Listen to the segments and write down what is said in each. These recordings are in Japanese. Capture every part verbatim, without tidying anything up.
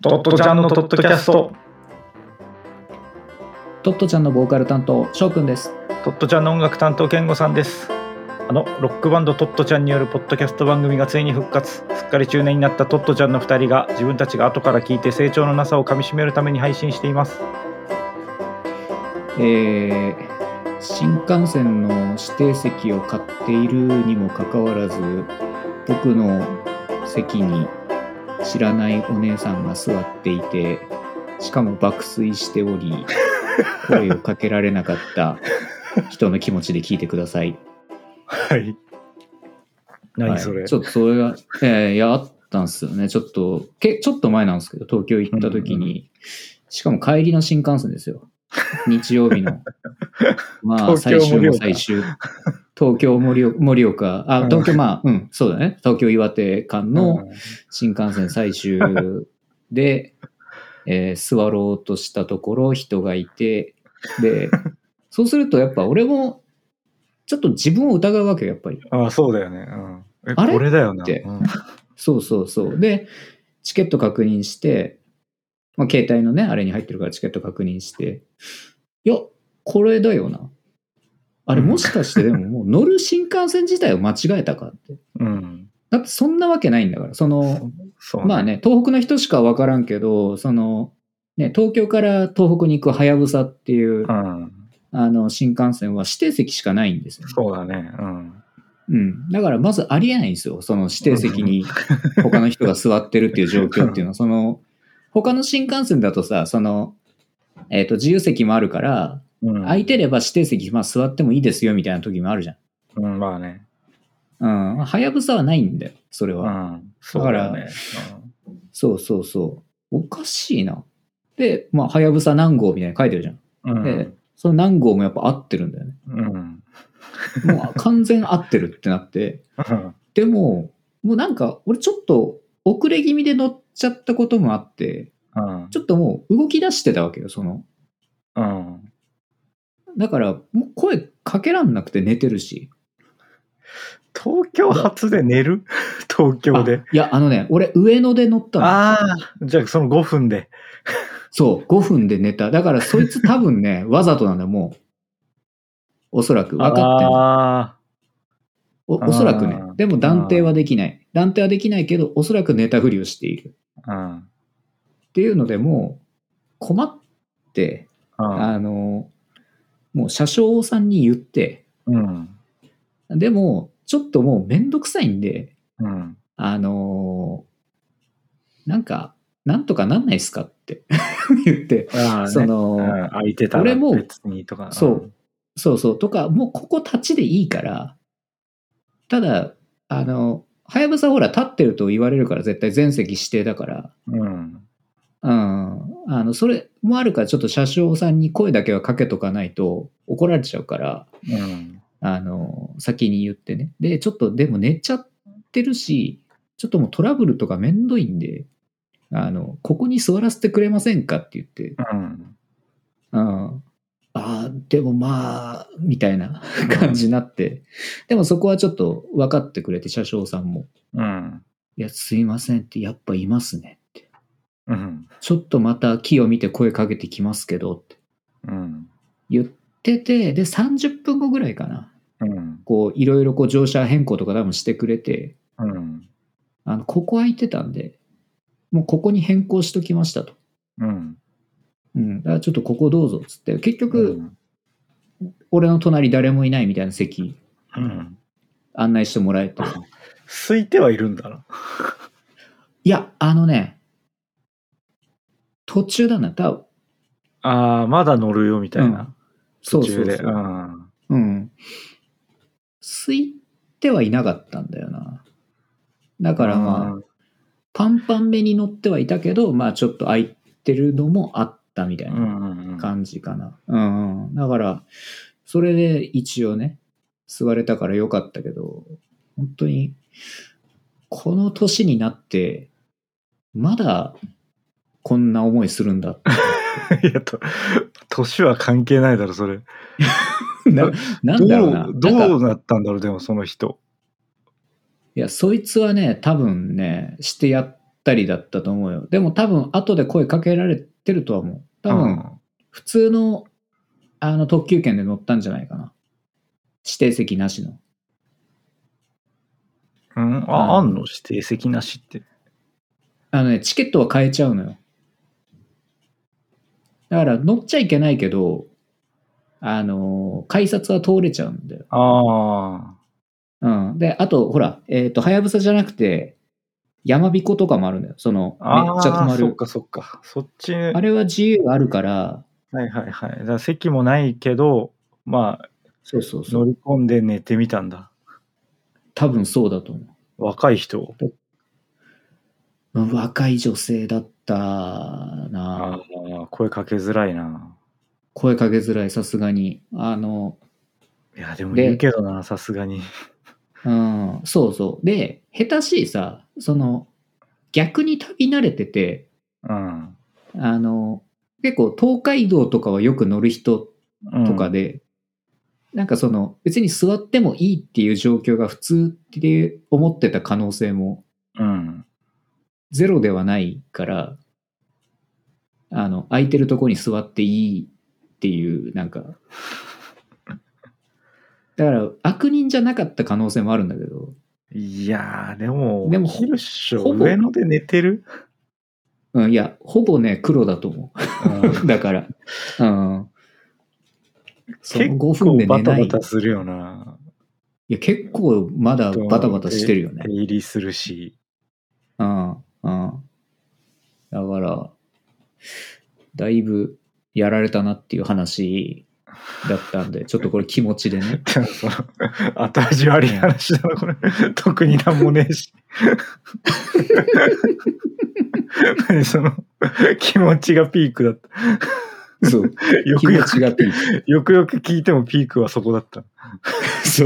トットちゃんのトットキャスト。 トットちゃんのボーカル担当翔くんです。 トットちゃんの音楽担当健吾さんです。あのロックバンドトットちゃんによるポッドキャスト番組がついに復活。すっかり中年になったトットちゃんのふたりが自分たちが後から聞いて成長のなさをかみしめるために配信しています。 えー、新幹線の指定席を買っているにもかかわらず、僕の席に知らないお姉さんが座っていて、しかも爆睡しており声をかけられなかった人の気持ちで聞いてください。 はい何それ、 はい、ちょっとそれが、えー、いやあったんですよね。ちょっとけちょっと前なんですけど、東京行った時に、うんうん、しかも帰りの新幹線ですよ。日曜日のまあ最終も最終東京盛岡あ東京まあうんそうだね東京岩手間の新幹線最終で、えー、座ろうとしたところ人がいて、でそうするとやっぱ俺もちょっと自分を疑うわけよやっぱり。 ああそうだよね、うん、えあれこれだよな、 って、 うん、 そうそうそうでチケット確認して、まあ、携帯のねあれに入ってるからチケット確認して、いやこれだよな、あれもしかしてでももう乗る新幹線自体を間違えたかって、うん、だってそんなわけないんだから、そのそ、ね、まあね東北の人しか分からんけど、そのね東京から東北に行くはやぶさっていう、うん、あの新幹線は指定席しかないんですよ、ね、 そうだね、うんうん、だからまずありえないんですよ、その指定席に他の人が座ってるっていう状況っていうのはその他の新幹線だとさ、その、えーと、自由席もあるからうん、空いてれば指定席、まあ、座ってもいいですよみたいな時もあるじゃん。 うん、まあね。 うん、はやぶさはないんだよ、それは。うん、 そうだよね。 だから、うん、そうそうそう。おかしいな。で、まあ、はやぶさ何号みたいに書いてるじゃん。うん、で、その何号もやっぱ合ってるんだよね。うん、もう完全合ってるってなって。でも、もうなんか、俺ちょっと遅れ気味で乗っちゃったこともあって、うん、ちょっともう動き出してたわけよ、その。うんだからもう声かけらんなくて寝てるし。 東京発で寝る東京で。 いやあのね俺上野で乗ったの。 ああじゃあそのごふんで。 そうごふんで寝た。だからそいつ多分ねわざとなんだよもう。おそらく分かってんだ。お, おそらくね。でも断定はできない。断定はできないけどおそらく寝たふりをしている。っていうのでもう困ってあのもう車掌さんに言って、うん、でもちょっともうめんどくさいんで、うん、あのー、なんかなんとかなんないっすかって言って、 ね、その、うん、空いてたら別にとか、 そう、そうそうとかもうここ立ちでいいから、ただあのはやぶさほら立ってると言われるから絶対全席指定だから。うんうん、あのそれもあるからちょっと車掌さんに声だけはかけとかないと怒られちゃうから、うん、あの先に言ってね。でちょっとでも寝ちゃってるしちょっともうトラブルとかめんどいんであのここに座らせてくれませんかって言って、うんうん、あでもまあみたいな感じになって、うん、でもそこはちょっと分かってくれて車掌さんも、うん、いやすいませんってやっぱいますねってうん、ちょっとまた木を見て声かけてきますけどって言ってて、でさんじゅっぷんごぐらいかな、うん、こういろいろこう乗車変更とか多分してくれて、うん、あのここ空いてたんでもうここに変更しときましたと、うんうん、だからちょっとここどうぞっつって結局、うん、俺の隣誰もいないみたいな席、うん、案内してもらえて空いてはいるんだな。 いやあのね途中だな多分。 ああまだ乗るよみたいな、うん、途中で。 そうそうそう、うんうん、空いてはいなかったんだよな。だからまあパンパンめに乗ってはいたけどまあちょっと空いてるのもあったみたいな感じかな、うんうんうん、だからそれで一応ね座れたからよかったけど、本当にこの年になってまだこんな思いするんだっていやと年は関係ないだろそれな, なんだろうなどうどうなったんだろうでもその人。 いやそいつはね多分ねしてやっったりだったと思うよ。でも多分後で声かけられてるとは思う。多分、うん、普通のあの特急券で乗ったんじゃないかな。指定席なしの。 うん、あ、あんの指定席なしって。 あのね、チケットは買えちゃうのよ。だから乗っちゃいけないけど、あの、改札は通れちゃうんだよ。 ああ。うん。で、あと、ほら、えっと、はやぶさじゃなくて、やまびことかもあるんだよ。その、めっちゃ止まる。 そっかそっか。そっち。 あれは自由あるから。 はいはいはい。だから席もないけど、まあ、 そうそうそう。 乗り込んで寝てみたんだ。 多分そうだと思う。 若い人？ 若い女性だったな。 あ、声かけづらいな。 声かけづらい、さすがに。あの、 いや、でも言うけどな、さすがに。 うん、そうそう。で、下手しいさ、その、逆に旅慣れてて、 うん、 あの、結構東海道とかはよく乗る人とかで、うん、なんかその、別に座ってもいいっていう状況が普通って思ってた可能性も、 うん、 ゼロではないから、あの、空いてるとこに座っていいっていう、なんか、だから悪人じゃなかった可能性もあるんだけど。 いやー、でも、 でも、 ヒルショ上野で寝てる？ うん、いや、ほぼね、黒だと思う。うん、だから、うん。 結構バタバタするよな。 いや、結構まだバタバタしてるよね。 出入りするし。 うん、うん。だから、だいぶやられたなっていう話だったんで、ちょっとこれ気持ちでね。 後味悪い話だな、これ。特になんもねえし。その気持ちがピークだった。そう。よくよく、よくよく聞いてもピークはそこだった。 そう。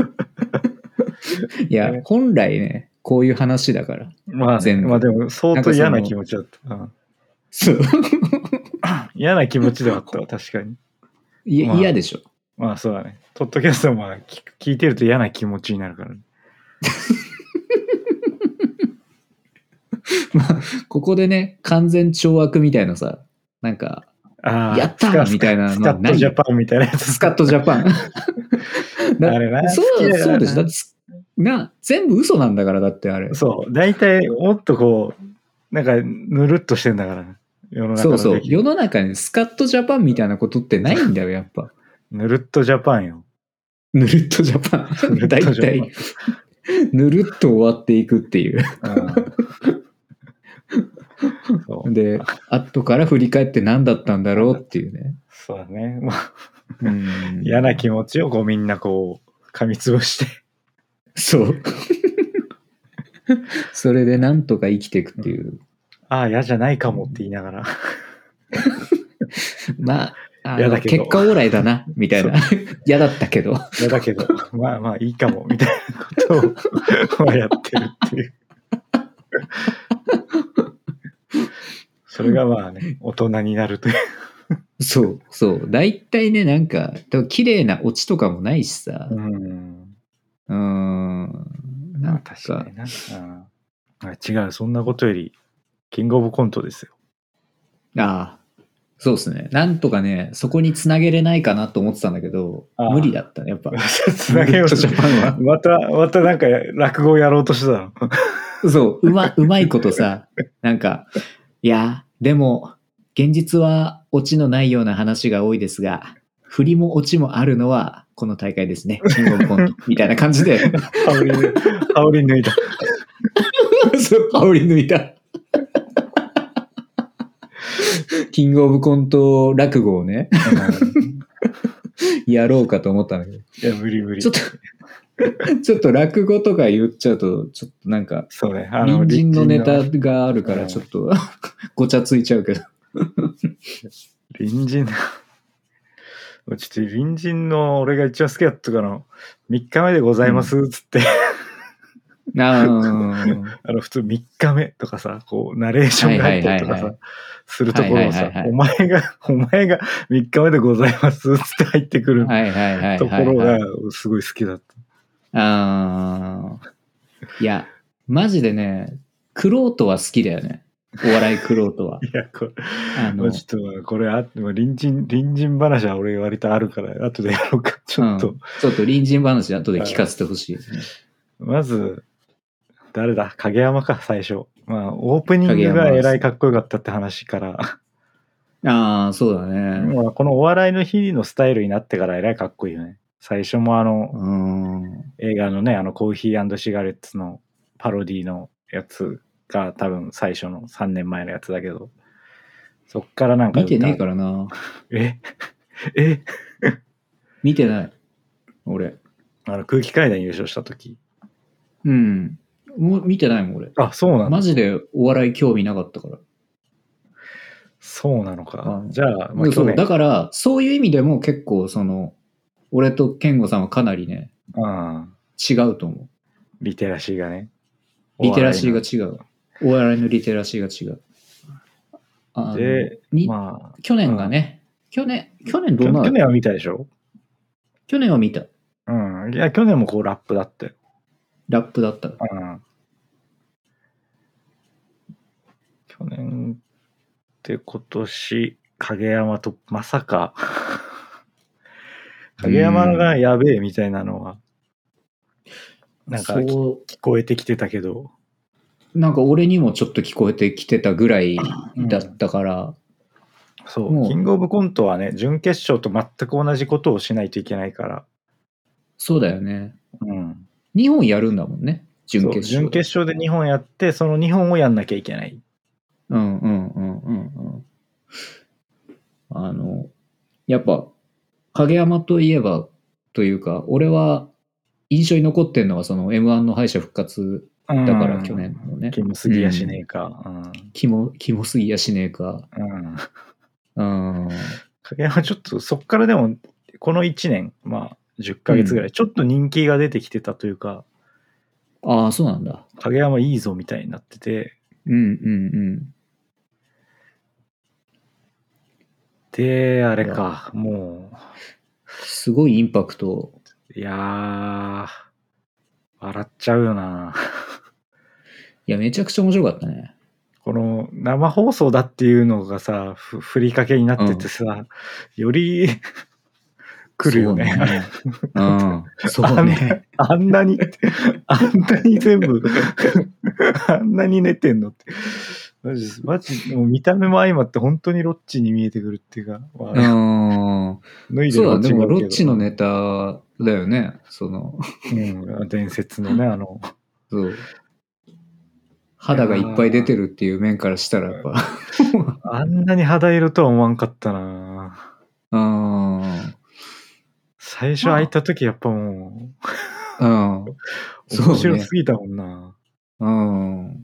いや、本来ね、こういう話だから。 まあ、ね、まあでも相当嫌な気持ちだった。 そう。 嫌な気持ちではあったわ、確かに。 いや、まあ、嫌でしょ。 まあそうだね。ポッドキャストも聞いてると嫌な気持ちになるからね。 まあ、ここでね、完全懲悪みたいなさ、なんか、やったーみたいなのはない。スカットジャパンみたいなやつ。 スカットジャパン。 あれな。 そう、そうでしょ。だってな、全部嘘なんだから、だってあれ。 そう。大体、もっとこう、なんか、ぬるっとしてんだからね。 世の中そうそう。世の中にスカットジャパンみたいなことってないんだよ、やっぱ。 ぬるっとジャパンよ。 ぬるっとジャパン。大体、ぬるっと終わっていくっていう。で、後から振り返って何だったんだろうっていうね。 そうだね。まあ、うん嫌な気持ちをこうみんなこう噛みつぶして。 そう。それでなんとか生きていくっていう。うん、 ああ、嫌じゃないかもって言いながら。 まあ、あの結果オーライだな、みたいな。嫌だったけど。 嫌だけど、まあまあいいかも、みたいなことをやってるっていう。それがまあね、大人になるという。 そうそう。大体ね、なんか、綺麗なオチとかもないしさ。 うん。 うん。なんか、 確かにな。うん、違う、そんなことより、キングオブコントですよ。 ああ、そうですね。なんとかね、そこにつなげれないかなと思ってたんだけど、無理だったね、やっぱ。 つなげようとジャパンは。また、またなんか落語やろうとしてたの。そう、うま、うまいことさ、なんか、いや、でも、現実はオチのないような話が多いですが、振りもオチもあるのはこの大会ですね。キングオブコントみたいな感じで。 羽織り、羽織り脱いだ。 そう、羽織り脱いだ。キングオブコント落語をね、やろうかと思ったんだけど。 いや、無理無理。 ちょっと、ちょっと落語とか言っちゃうと、ちょっとなんか、 そうね、 あの隣人のネタがあるから、ちょっと、ごちゃついちゃうけど。 隣人の、ちょっと隣人の俺が一番好きだったかな、みっかめでございますっつって、うん、あ, あの普通みっかめとかさ、こうナレーションが入ったりとかさ、はいはいはいはい、するところをさ、お前がお前がみっかめでございますっつって入ってくるところがすごい好きだった。 ああ、いやマジでね、 クロートは好きだよね。お笑いクロートは。 いや、これ、 あの、 ちょっとこれあ、隣人、隣人話は俺割とあるから、後でやろうか、ちょっと。うん、 ちょっと隣人話後で聞かせてほしいですね。 まず、誰だ影山か、最初。まあ、オープニングがえらいかっこよかったって話から。 ああ、そうだね。 まあ、このお笑いの日のスタイルになってからえらいかっこいいよね。最初もあの、映画のね、あのコーヒー&シガレッツのパロディのやつが多分最初のさんねんまえのやつだけど、そっからなんか見てねえからな。 ええ見てない俺。 あの空気階段優勝した時。 うんもう見てないもん俺。 あ、そうなの。 マジでお笑い興味なかったから。 そうなのか。 あじゃあ、 まあ、そうだからそういう意味でも結構その俺と健吾さんはかなりね、 うん、 違うと思う。 リテラシーがね。 リテラシーが違う。お笑いのリテラシーが違う。あで、まあ、去年がね、うん、去年、去年どんな去年は見たでしょ？ 去年は見た。 うん。いや、去年もこうラップだったよ。 ラップだった。 うん。去年って今年、影山とまさか、影山がやべえみたいなのは、なんか聞こえてきてたけど。 なんか俺にもちょっと聞こえてきてたぐらいだったから。うん、 そう、キングオブコントはね、準決勝と全く同じことをしないといけないから。 そうだよね。 うん。 にほんやるんだもんね、準決勝。 準決勝でにほんやって、そのにほんをやんなきゃいけない。 うんうんうんうんうん。あの、やっぱ、影山といえばというか、俺は印象に残ってんのはその エムワン の敗者復活だから、去年のね。 キモすぎやしねえか。 うん、キモ、キモすぎやしねえか。 うん。うん。影山ちょっとそっからでも、このいちねん、まあじゅっかげつぐらい、ちょっと人気が出てきてたというか、 うん、ああ、そうなんだ。 影山いいぞみたいになってて。 うんうんうん。 で、あれか、もう。 すごいインパクト。 いやー、笑っちゃうよな。 いや、めちゃくちゃ面白かったね。 この生放送だっていうのがさ、ふふりかけになっててさ、うん、より来るよね。 そうね。うん、そうね。 あんなに、あんなに全部、あんなに寝てんのって。マジ、マジ、もう見た目も相まって本当にロッチに見えてくるっていうか。まあ、脱いでるそうだ、でもロッチのネタだよね、その。 うん、伝説のね、あの。 そう。肌がいっぱい出てるっていう面からしたらやっぱ。 あんなに肌色とは思わんかったな。 うん。 最初開いた時やっぱもう、うん。 面白すぎたもんな。 うん。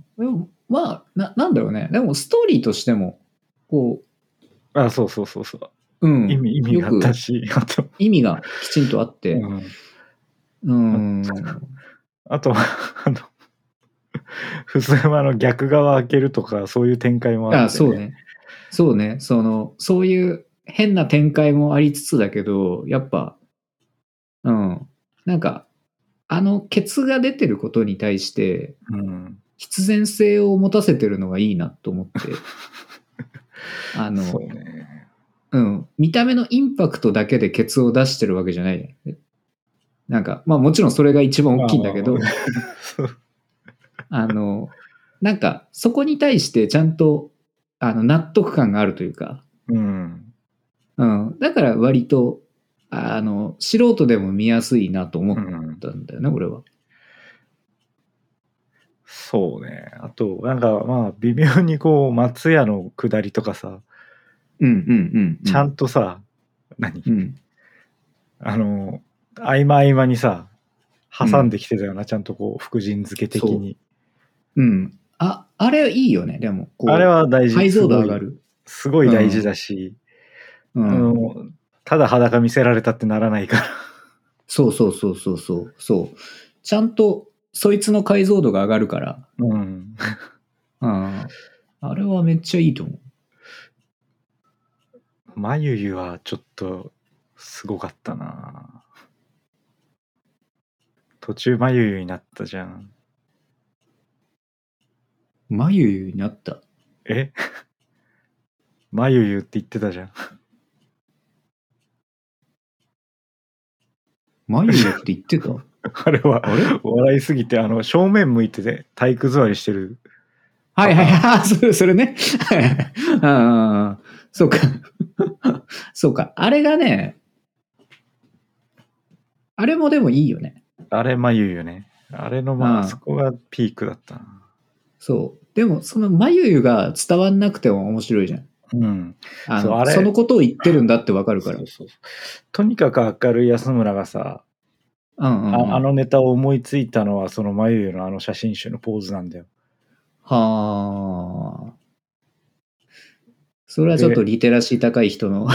でもまあな、なんだろうね。でもストーリーとしても、こう。あ、そうそうそうそう。 うん。 意味、意味があったし、 あと。意味がきちんとあって。うん。うん、 あと、あの、普通はあの逆側開けるとか、そういう展開もあって、ね。 あ、そうね。そうね。その、そういう変な展開もありつつだけど、やっぱ、うん。なんか、あの、ケツが出てることに対して、うん、必然性を持たせてるのがいいなと思って。あの、そうね。うん。見た目のインパクトだけでケツを出してるわけじゃない。なんか、まあもちろんそれが一番大きいんだけど、あの、なんか、そこに対してちゃんと、あの、納得感があるというか、うん。うん。だから割と、あの、素人でも見やすいなと思ったんだよね、うん、俺は。 そうね。あと、なんかまあ、微妙にこう、松屋の下りとかさ、 うんうんうん、うん。 ちゃんとさ、何、うん、あの、合間合間にさ、挟んできてたよな、うん、ちゃんとこう、福神漬け的に。 う。うん。あ、あれいいよね、でも。 こうあれは大事。 解像度上がる。 すごい大事だし、うん、あの、ただ裸見せられたってならないから。 そうそうそうそうそう。そう。ちゃんと、そいつの解像度が上がるから。うん。うん。あれはめっちゃいいと思う。 まゆゆはちょっと、すごかったな。途中まゆゆになったじゃん。 まゆゆになった。 えまゆゆって言ってたじゃん。 まゆゆって言ってたあれはあれ笑いすぎて、あの正面向いてて体育座りしてる。 はいはいはい、それ、それね。ああ、そうか。そうか。あれがね、あれもでもいいよね。 あれまゆゆね。あれのまあ、あそこがピークだったな。 そう。でも、そのまゆゆが伝わんなくても面白いじゃん。 うん。 あの、 そう、あれそのことを言ってるんだってわかるから。 そうそうそう。とにかく明るい安村がさ、 うんうんうん、 あ, あのネタを思いついたのはそのまゆゆのあの写真集のポーズなんだよ。 はあ。それはちょっとリテラシー高い人の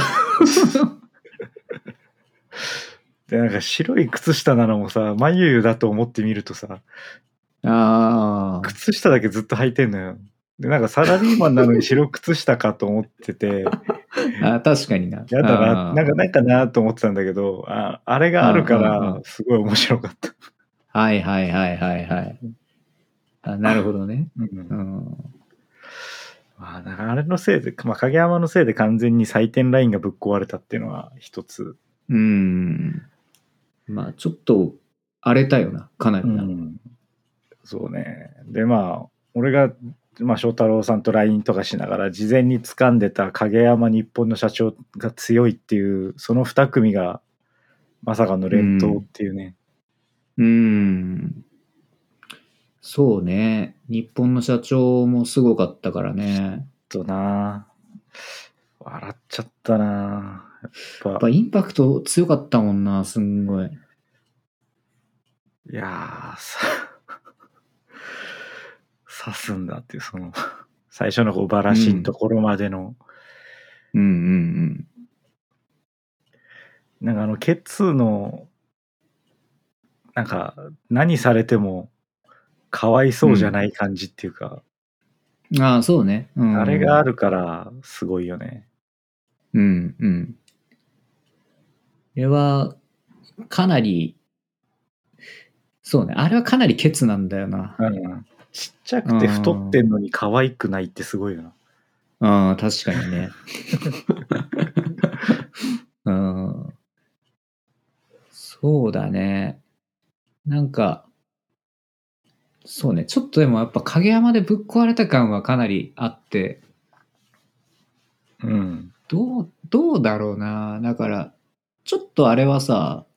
でなんか白い靴下なのもさ、まゆゆだと思ってみるとさ、 あ靴下だけずっと履いてんのよ。でなんかサラリーマンなのに白靴下かと思っててあ、確かにな。 やだな、なんかなんかなと思ってたんだけど、ああれがあるからすごい面白かった。 はいはいはいはいはい。あ、なるほどね。 うん。 うんまあ、だからあれのせいで、まあ、影山のせいで完全に採点ラインがぶっ壊れたっていうのは一つ。 うん。まあちょっと荒れたよな、かなりな。 うん、そうね。でまあ俺が、まあ、翔太郎さんと ライン とかしながら事前に掴んでた影山日本の社長が強いっていうそのに組がまさかの連投っていうね。 うん。うんそうね。日本の社長もすごかったからね。 とな笑っちゃったなやっぱ。 やっぱインパクト強かったもんな、すんごい。 いやーさ刺すんだっていうその最初のこうバラシのところまでの、 うん、うんうんうんなんかあのケツのなんか何されてもかわいそうじゃない感じっていうか、 うん、ああそうね、うん、 あれがあるからすごいよね。 うんうんあれはかなりそうねあれはかなりケツなんだよな、 うん、ちっちゃくて太ってんのに可愛くないってすごいよな。 ああ確かにねうんそうだねなんかそうねちょっとでもやっぱ影山でぶっ壊れた感はかなりあってうんどうどうだろうなだからちょっとあれはさ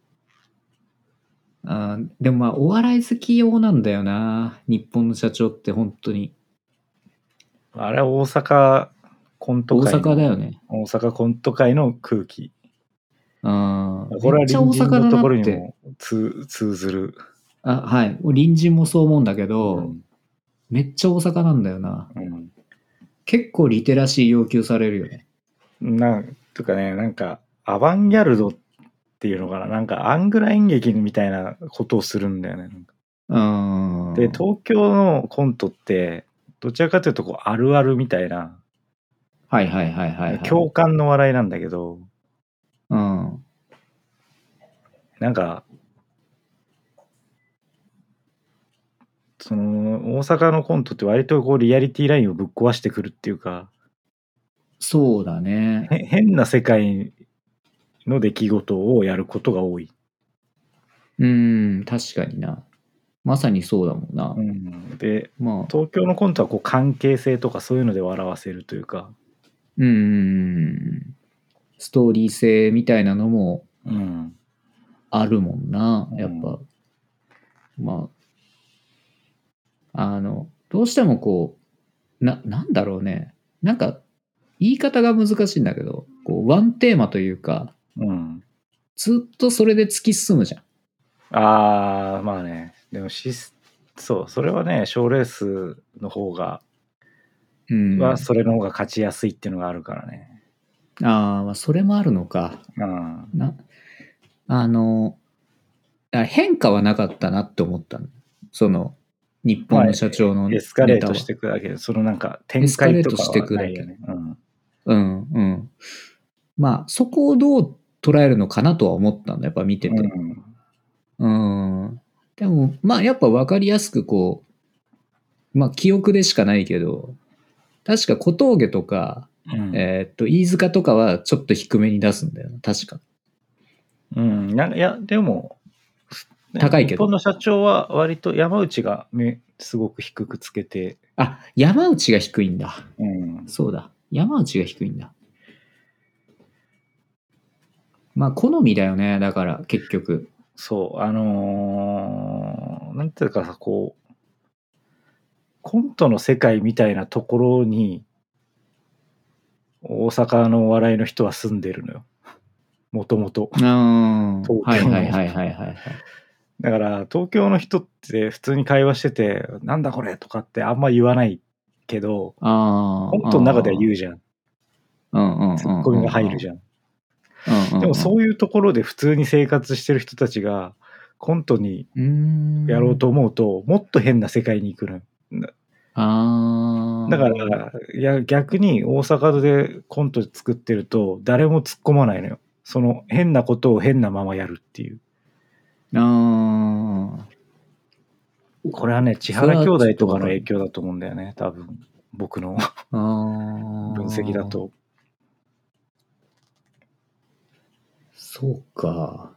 あでもまあお笑い好き用なんだよな日本の社長って本当にあれは大阪コント大界の阪だよね大阪コント界の空気。 あこれはめっちゃ大隣人阪だのところになっても通通ずる。 あはい隣人もそう思うんだけど、 うん、 めっちゃ大阪なんだよな、 うん、 結構リテラシー要求されるよねなんとかねなんかアバンギャルドっていうのかななんかアングラ演劇みたいなことをするんだよね。なんかうんで東京のコントってどちらかというとこうあるあるみたいな、 はいはいはいはい、はい、 共感の笑いなんだけど、 うん、 なんかその大阪のコントって割とこうリアリティラインをぶっ壊してくるっていうか、 そうだね変な世界の出来事をやることが多い。 うん確かになまさにそうだもんな、 うん、で、 まあ東京のコントはこう関係性とかそういうので笑わせるというか、 うんストーリー性みたいなのもあるもんな、 うん、 やっぱ、うん、まああのどうしてもこうななんだろうねなんか言い方が難しいんだけどこうワンテーマというか、 うん、 ずっとそれで突き進むじゃん。 ああまあねでもしそうそれはね賞レースの方が、うん、はそれの方が勝ちやすいっていうのがあるからね。 ああまあそれもあるのか。 うん、 なあの変化はなかったなって思ったのその日本の社長のネタは、まあ、エスカレートしていくだけでそのなんか展開とかはないよね。 うんうんうんまあそこをどう捉えるのかなとは思ったんだやっぱ見てて、うん、うんでもまあやっぱ分かりやすくこうまあ記憶でしかないけど、確か小峠とか、うん、えー、っと飯塚とかはちょっと低めに出すんだよな、確か。 うん、いやでも、 ね、高いけど。 日本の社長は割と山内がすごく低くつけて。 あ、山内が低いんだ。 うん、 そうだ。山内が低いんだ。まあ好みだよね、だから結局。 そう、あのー、なんていうかさ、こう、コントの世界みたいなところに、大阪のお笑いの人は住んでるのよ。もともと。 東京の。はいはいはいはいはい。 だから東京の人って普通に会話しててなんだこれとかってあんま言わないけど、コントの中では言うじゃん。ツッコミが入るじゃん。でもそういうところで普通に生活してる人たちがコントにやろうと思うともっと変な世界に行くの。 あだからいや逆に大阪でコント作ってると誰も突っ込まないのよ。その変なことを変なままやるっていう。 あこれはね千原兄弟とかの影響だと思うんだよね、多分僕の分析だと。 そうか。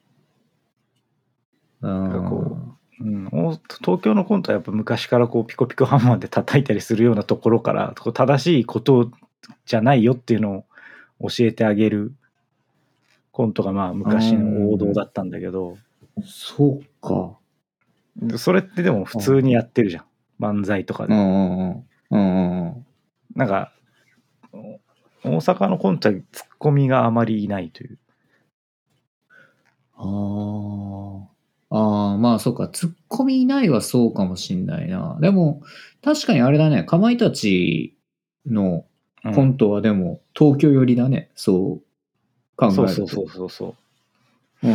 なんかこう、うん、東京のコントはやっぱ昔からこうピコピコハンマーで叩いたりするようなところからこう正しいことじゃないよっていうのを教えてあげるコントがまあ昔の王道だったんだけど。 そうか。 それってでも普通にやってるじゃん、漫才とかで。なんか大阪のコントはツッコミがあまりいないという。 あああ、まあそうか、ツッコミいないはそうかもしんないな。でも確かにあれだね、かまいたちのコントはでも東京寄りだね、うん、そう考えると。 そうそうそうそううん、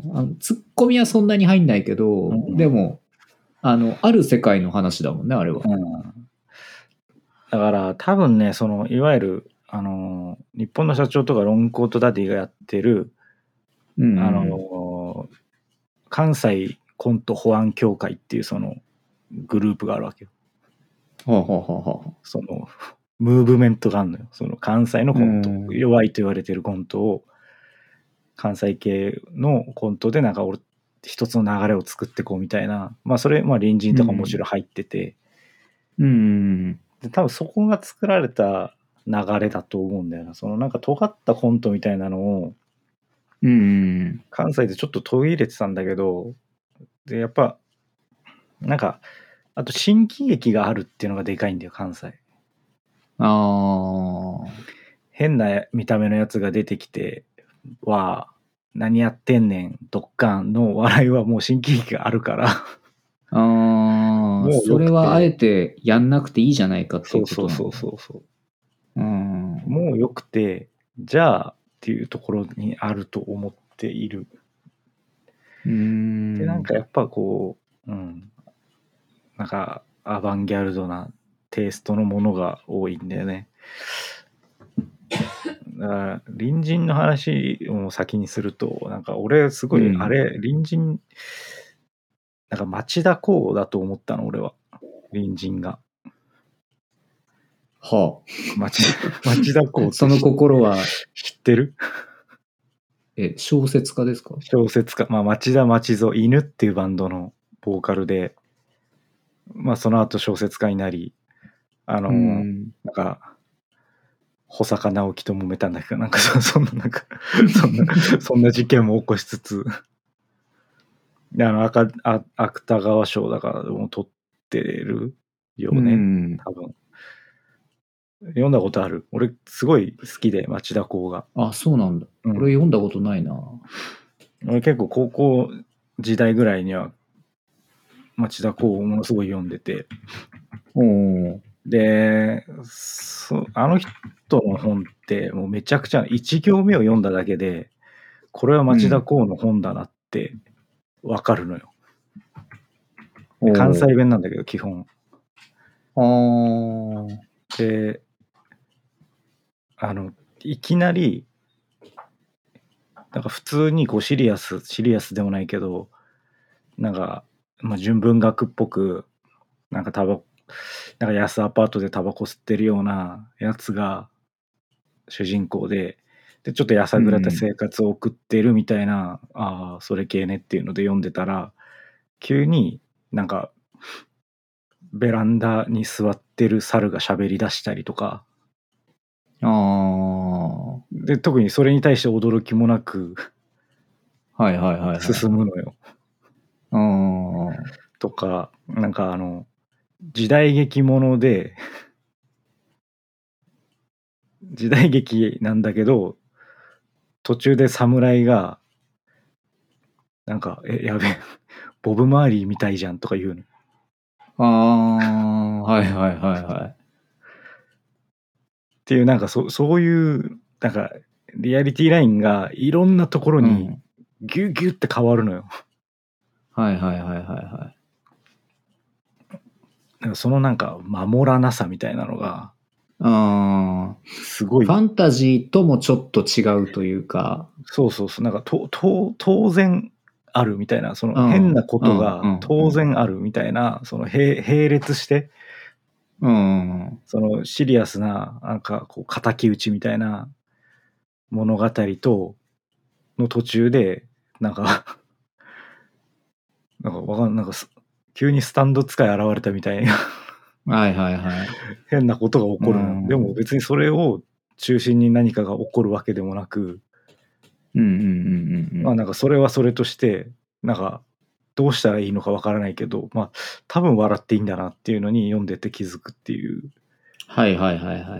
あのツッコミはそんなに入んないけど、うん、でもあのある世界の話だもんね、あれは。うん、 だから多分ね、そのいわゆるあの日本の社長とかロングコートダディがやってる、うん、あの関西コント保安協会っていうそのグループがあるわけよ。 はあはあはあ、 そのムーブメントがあるのよ。その関西のコント、うん、弱いと言われてるコントを関西系のコントでなんか俺一つの流れを作ってこうみたいな、まあそれまあ隣人とかもちろん入ってて、うん、うんで多分そこが作られた流れだと思うんだよな。そのなんか尖ったコントみたいなのを、うん、関西でちょっと途切れてたんだけど、でやっぱなんかあと新喜劇があるっていうのがでかいんだよ、関西。あ変な見た目のやつが出てきては何やってんねんドッカンの笑いはもう新喜劇があるからあもうそれはあえてやんなくていいじゃないかっていうことなの。 そうそうそうそう、うん、もうよくてじゃあっていうところにあると思っている。うんでなんかやっぱこう、うん、なんかアバンギャルドなテイストのものが多いんだよね。だから隣人の話を先にするとなんか俺すごい、うん、あれ隣人なんか町田公だと思ったの俺は隣人が。 はあ、町町田公その心は知ってる？ え小説家ですか？ 小説家、まあ町田町蔵犬っていうバンドのボーカルで、まあその後小説家になり、あの、うん、なんか保坂直樹と揉めたんだけど、なんかそんななんかそんなそんな事件も起こしつつ、であの赤あ芥川賞だからも取ってるよね、うん、多分。読んだことある？俺すごい好きで町田公が。 あ、そうなんだ。うん、俺読んだことないな。 俺結構高校時代ぐらいには町田公をものすごい読んでて。おでそあの人の本ってもうめちゃくちゃいち行目を読んだだけでこれは町田公の本だなってわかるのよ、うん、関西弁なんだけど基本。あであのいきなりなんか普通にこうシリアスシリアスでもないけどなんか、まあ、純文学っぽくなんかタバなんか安アパートでタバコ吸ってるようなやつが主人公で、でちょっとやさぐれた生活を送ってるみたいな、うん、ああそれ系ねっていうので読んでたら、急になんかベランダに座ってる猿が喋り出したりとか、 あで特にそれに対して驚きもなくはいはいはい、はい、 進むのよ。 あとかなんかあの時代劇もので時代劇なんだけど途中で侍がなんかえやべえボブ・マーリーみたいじゃんとか言うの。 ああはいはいはいはい。 っていうなんか そ, そういうなんかリアリティラインがいろんなところにギュギュって変わるのよ。 うん、はいはいはいはいはい。 なんかそのなんか守らなさみたいなのがあすごいファンタジーともちょっと違うというか、 そうそうそうなんかとと当然あるみたいなその変なことが当然あるみたいなその並並列してうんそのシリアスななんかこう敵討ちみたいな物語との途中でなんかなんかわかんなんか急にスタンド使い現れたみたいなはいはいはい変なことが起こるの。でも別にそれを中心に何かが起こるわけでもなく、 うんうんうんうん、 まあなんかそれはそれとしてなんかどうしたらいいのかわからないけど、まあ多分笑っていいんだなっていうのに読んでて気づくっていう。 はいはいはいはいはい。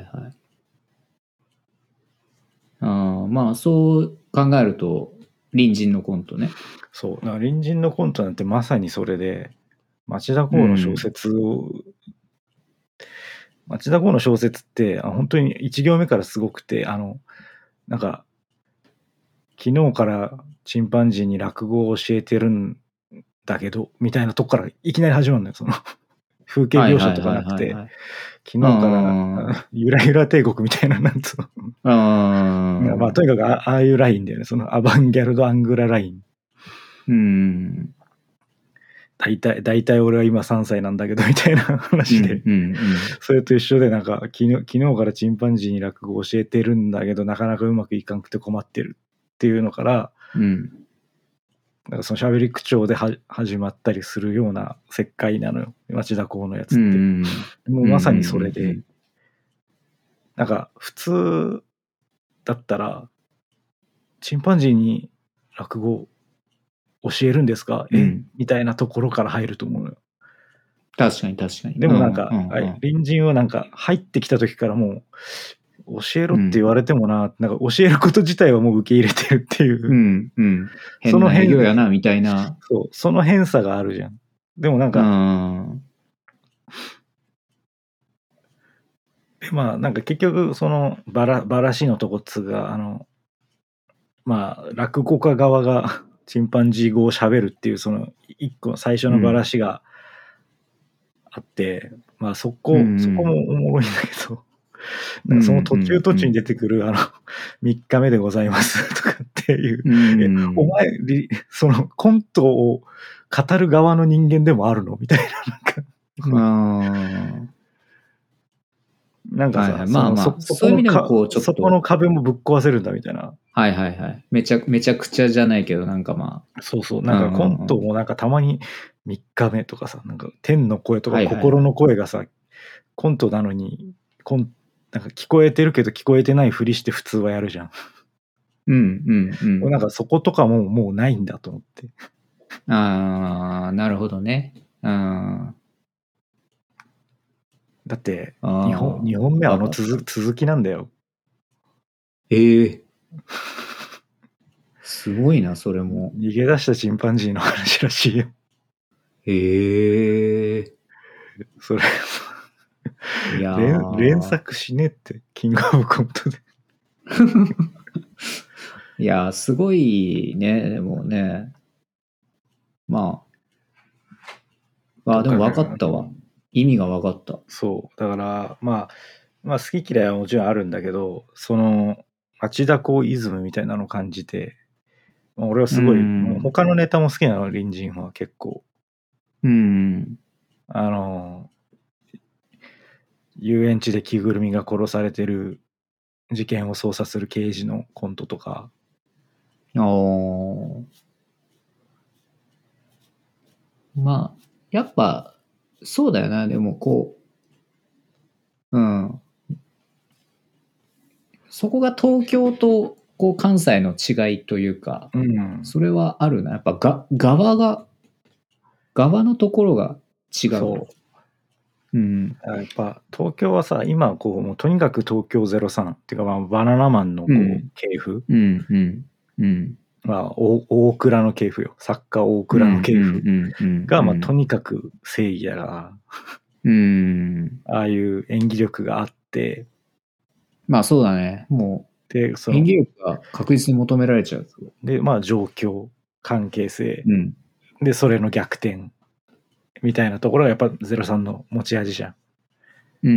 あまあそう考えると隣人のコントね。 そうだから隣人のコントなんてまさにそれで町田公の小説を、うん、町田公の小説って本当にいち行目からすごくてあのなんか昨日からチンパンジーに落語を教えてるんだけどみたいなとこからいきなり始まるんだよ。その風景描写とかなくて昨日からゆらゆら帝国みたいななんつうのあまあとにかく あ, ああいうラインだよねそのアバンギャルドアングラライン。 うん大体大体俺は今さんさいなんだけどみたいな話で、うんうんうん、それと一緒でなんか昨日昨日からチンパンジーに落語を教えてるんだけどなかなかうまくいかなくて困ってるっていうのから、うん、なんかその喋り口調では始まったりするような節回なのよ町田公のやつって、うんうん、もうまさにそれで、うんうんうん、なんか普通だったらチンパンジーに落語教えるんですか、うん、えみたいなところから入ると思うのよ。 確かに確かに。 でもなんか、うんうんうん、隣人はなんか入ってきた時からもう教えろって言われてもな、うん、なんか教えること自体はもう受け入れてるっていう、 うんうん、変な営業やなみたいな。 そうその変さがあるじゃん。でもなんか、うん、でまあなんか結局そのバラバラシのとこっつがあのまあ落語家側がチンパンジー語を喋るっていうその一個最初のバラシがあって、うん、まあそこ、うんうん、そこもおもろいんだけどなんかその途中途中に出てくる、うんうんうん、あのみっかめでございますとかっていう、うんうん、お前そのコントを語る側の人間でもあるのみたいななんかなんかさ、はいはい、まあまあそそういう意味でもこうちょっとそこの壁もぶっ壊せるんだみたいな。 はいはいはい。めちゃめちゃくちゃじゃないけどなんかまあそうそうなんかコントもなんかたまにみっかめとかさなんか天の声とか心の声がさ、はいはい、コントなのにコンなんか聞こえてるけど聞こえてないふりして普通はやるじゃん。 うんうんうん。 なんかそことかももうないんだと思って。 ああなるほどね。うんだってにほん、にほんめはあの続続きなんだよ。 ええー、すごいなそれも。 逃げ出したチンパンジーの話らしいよ。 ええー、 それいや連連作しねってキングオブコントでいやすごいねでもねまああでも分かったわ意味が分かった。 そうだからまあまあ好き嫌いはもちろんあるんだけどその町田公イズムみたいなのを感じて、まあ、俺はすごいもう他のネタも好きなの隣人は結構うんあの遊園地で着ぐるみが殺されてる事件を捜査する刑事のコントとか。 あーまあやっぱそうだよな。でもこううんそこが東京とこう関西の違いというか、 うん、 それはあるな。やっぱが側が側のところが違う。 そううん、 やっぱ東京はさ今こうもうとにかく東京ゼロさんっていうか、まあ、バナナマンのこう、うん、系譜、 うんうんうんまあ、大, 大倉の系譜よ作家大倉の系譜が、まあ、とにかく正義だから、うん、ああいう演技力があってまあそうだねもうでその演技力が確実に求められちゃうでまあ状況関係性、うん、でそれの逆転みたいなところがやっぱゼロさんの持ち味じゃん。うん。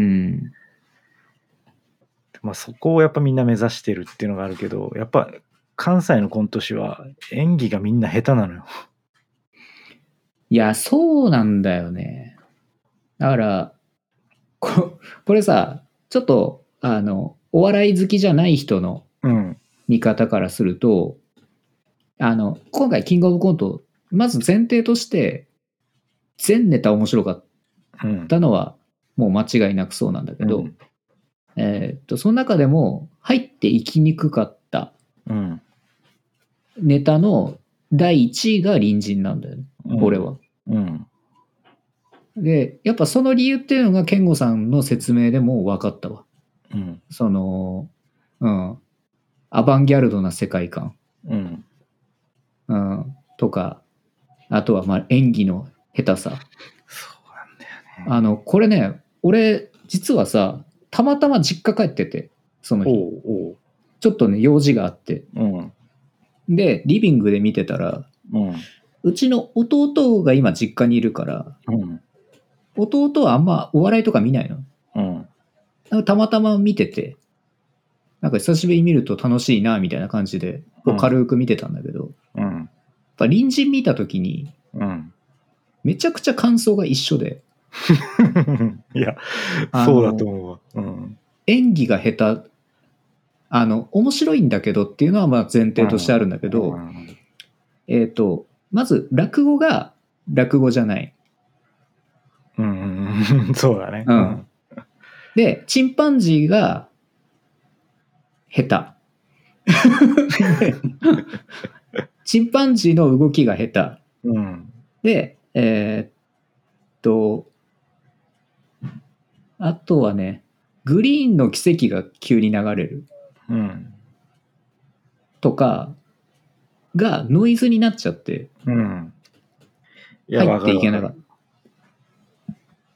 まあそこをやっぱみんな目指してるっていうのがあるけど、やっぱ関西のコント師は演技がみんな下手なのよ。 いや、そうなんだよね。だから、こ, これさ、ちょっと、あの、お笑い好きじゃない人の見方からすると、うん、あの、今回キングオブコント、まず前提として、全ネタ面白かったのは、もう間違いなくそうなんだけど、うん、えー、っと、その中でも入っていきにくかったネタのだいいちいが隣人なんだよね、うん、俺は。うん、で、やっぱその理由っていうのが健吾さんの説明でも分かったわ。うん、その、うん、アバンギャルドな世界観、うんうん、とか、あとはまあ演技の下手さ。そうなんだよね。あの、これね、俺、実はさ、たまたま実家帰ってて、その日。おうおうちょっとね、用事があって。うん、で、リビングで見てたら、うん、うちの弟が今実家にいるから、うん、弟はあんまお笑いとか見ないの。うん、なんかたまたま見てて、なんか久しぶりに見ると楽しいなみたいな感じで、こう軽く見てたんだけど、うん、やっぱ隣人見たときに、うん、めちゃくちゃ感想が一緒で。いや、そうだと思うわ。うん、演技が下手、あの、面白いんだけどっていうのはまあ前提としてあるんだけど、うんうん、えっと、まず落語が落語じゃない。うんうんうん、そうだね。うん。で、チンパンジーが下手。チンパンジーの動きが下手。うん、で、えー、っと、あとはね、グリーンの奇跡が急に流れる。うん、とかがノイズになっちゃって、うん、入っていけなかった。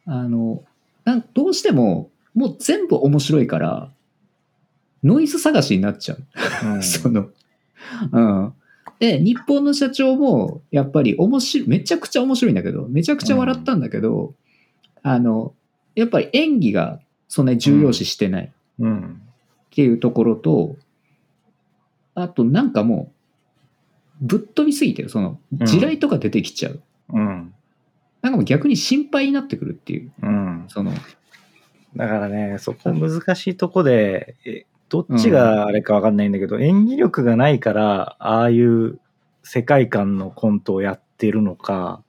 あの、なんどうしてももう全部面白いからノイズ探しになっちゃう。うん、その、うん。で、日本の社長もやっぱり面白い、めちゃくちゃ面白いんだけど、めちゃくちゃ笑ったんだけど、うん、あの、やっぱり演技がそんなに重要視してないっていうところと、あとなんかもうぶっ飛びすぎてる、その地雷とか出てきちゃう。うん、なんかもう逆に心配になってくるっていう。うん、そのだからね、そこ難しいとこで、えどっちがあれか分かんないんだけど、うん、演技力がないからああいう世界観のコントをやってるのか、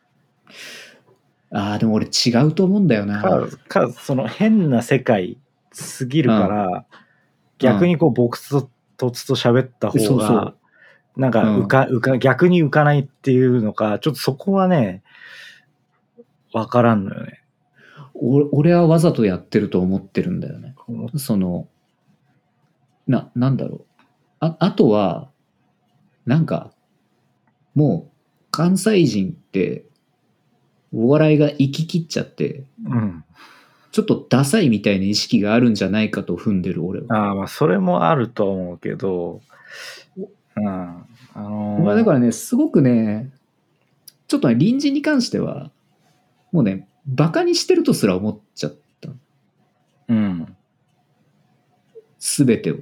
ああでも俺違うと思うんだよな。か、かその変な世界すぎるから、うん、逆にこう朴突と喋った方が、そうそうなんか浮か、浮か逆に浮かないっていうのか、ちょっとそこはね分からんのよね。俺はわざとやってると思ってるんだよね。そのな、なんだろう。あ、あとは、なんか、もう、関西人って、お笑いが行き切っちゃって、うん、ちょっとダサいみたいな意識があるんじゃないかと踏んでる俺は。ああ、まあ、それもあると思うけど、うん。あのー、まあ、だからね、すごくね、ちょっとね、隣人に関しては、もうね、バカにしてるとすら思っちゃった。うん。すべてを。い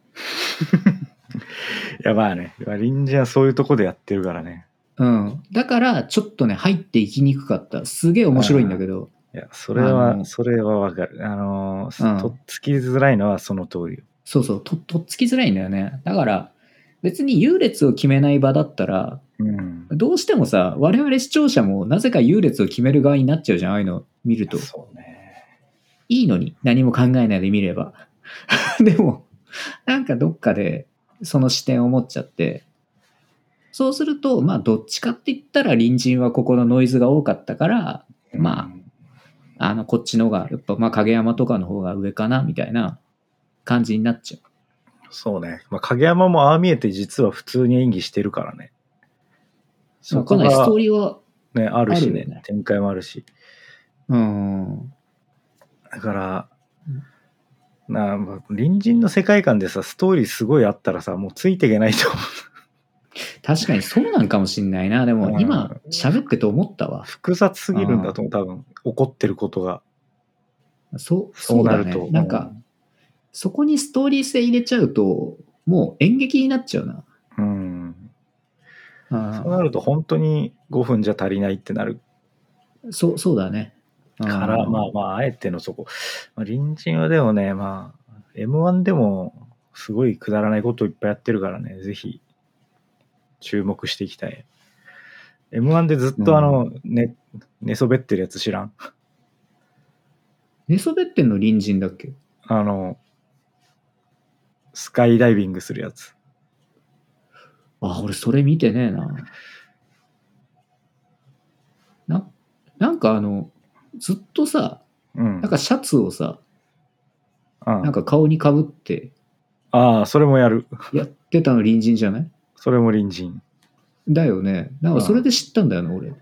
やまあね、隣人はそういうとこでやってるからね。うん。だからちょっとね入っていきにくかった。すげえ面白いんだけど、 いやそれはそれはわかる。あの、うん、とっつきづらいのはその通り。 そうそう、ととっつきづらいんだよね。だから別に優劣を決めない場だったら、うん、どうしてもさ、我々視聴者もなぜか優劣を決める側になっちゃうじゃん、ああいうの見ると。 そうね。 いいのに、何も考えないで見れば。でも、なんかどっかでその視点を持っちゃって、そうすると、まあどっちかって言ったら隣人はここのノイズが多かったから、うん、まあ、あの、こっちの方が、やっぱまあ影山とかの方が上かな、みたいな感じになっちゃう。 そうね。まあ、影山もああ見えて実は普通に演技してるからね。 そこがかなりストーリーはね、あるしね、ね展開もあるし。 うん。 だから、なまあ、隣人の世界観でさ、ストーリーすごいあったらさ、もうついていけないと思う。 確かにそうなんかもしんないな。でも今喋ってと思ったわ。 複雑すぎるんだと思う、多分。起こってることが。 そう、そうなると。ね、なんか、うん、そこにストーリー性入れちゃうと、もう演劇になっちゃうな。 うん。そうなると本当にごふんじゃ足りないってなる。 そう、そうだね。 から、まあまあ、あえてのそこ。まあ、隣人はでもね、まあ、エムワン でもすごいくだらないことをいっぱいやってるからね、ぜひ注目していきたい。エムワン でずっとあの、うん、ね、寝そべってるやつ知らん？ 寝そべってんの隣人だっけ？ あの、スカイダイビングするやつ。 あ、俺それ見てねえな。な、なんかあの、ずっとさ、うん、なんかシャツをさ、うん、なんか顔にかぶって。 ああ、それもやる。 やってたの隣人じゃない？ それも隣人。 だよね。なんかそれで知ったんだよな、うん、俺。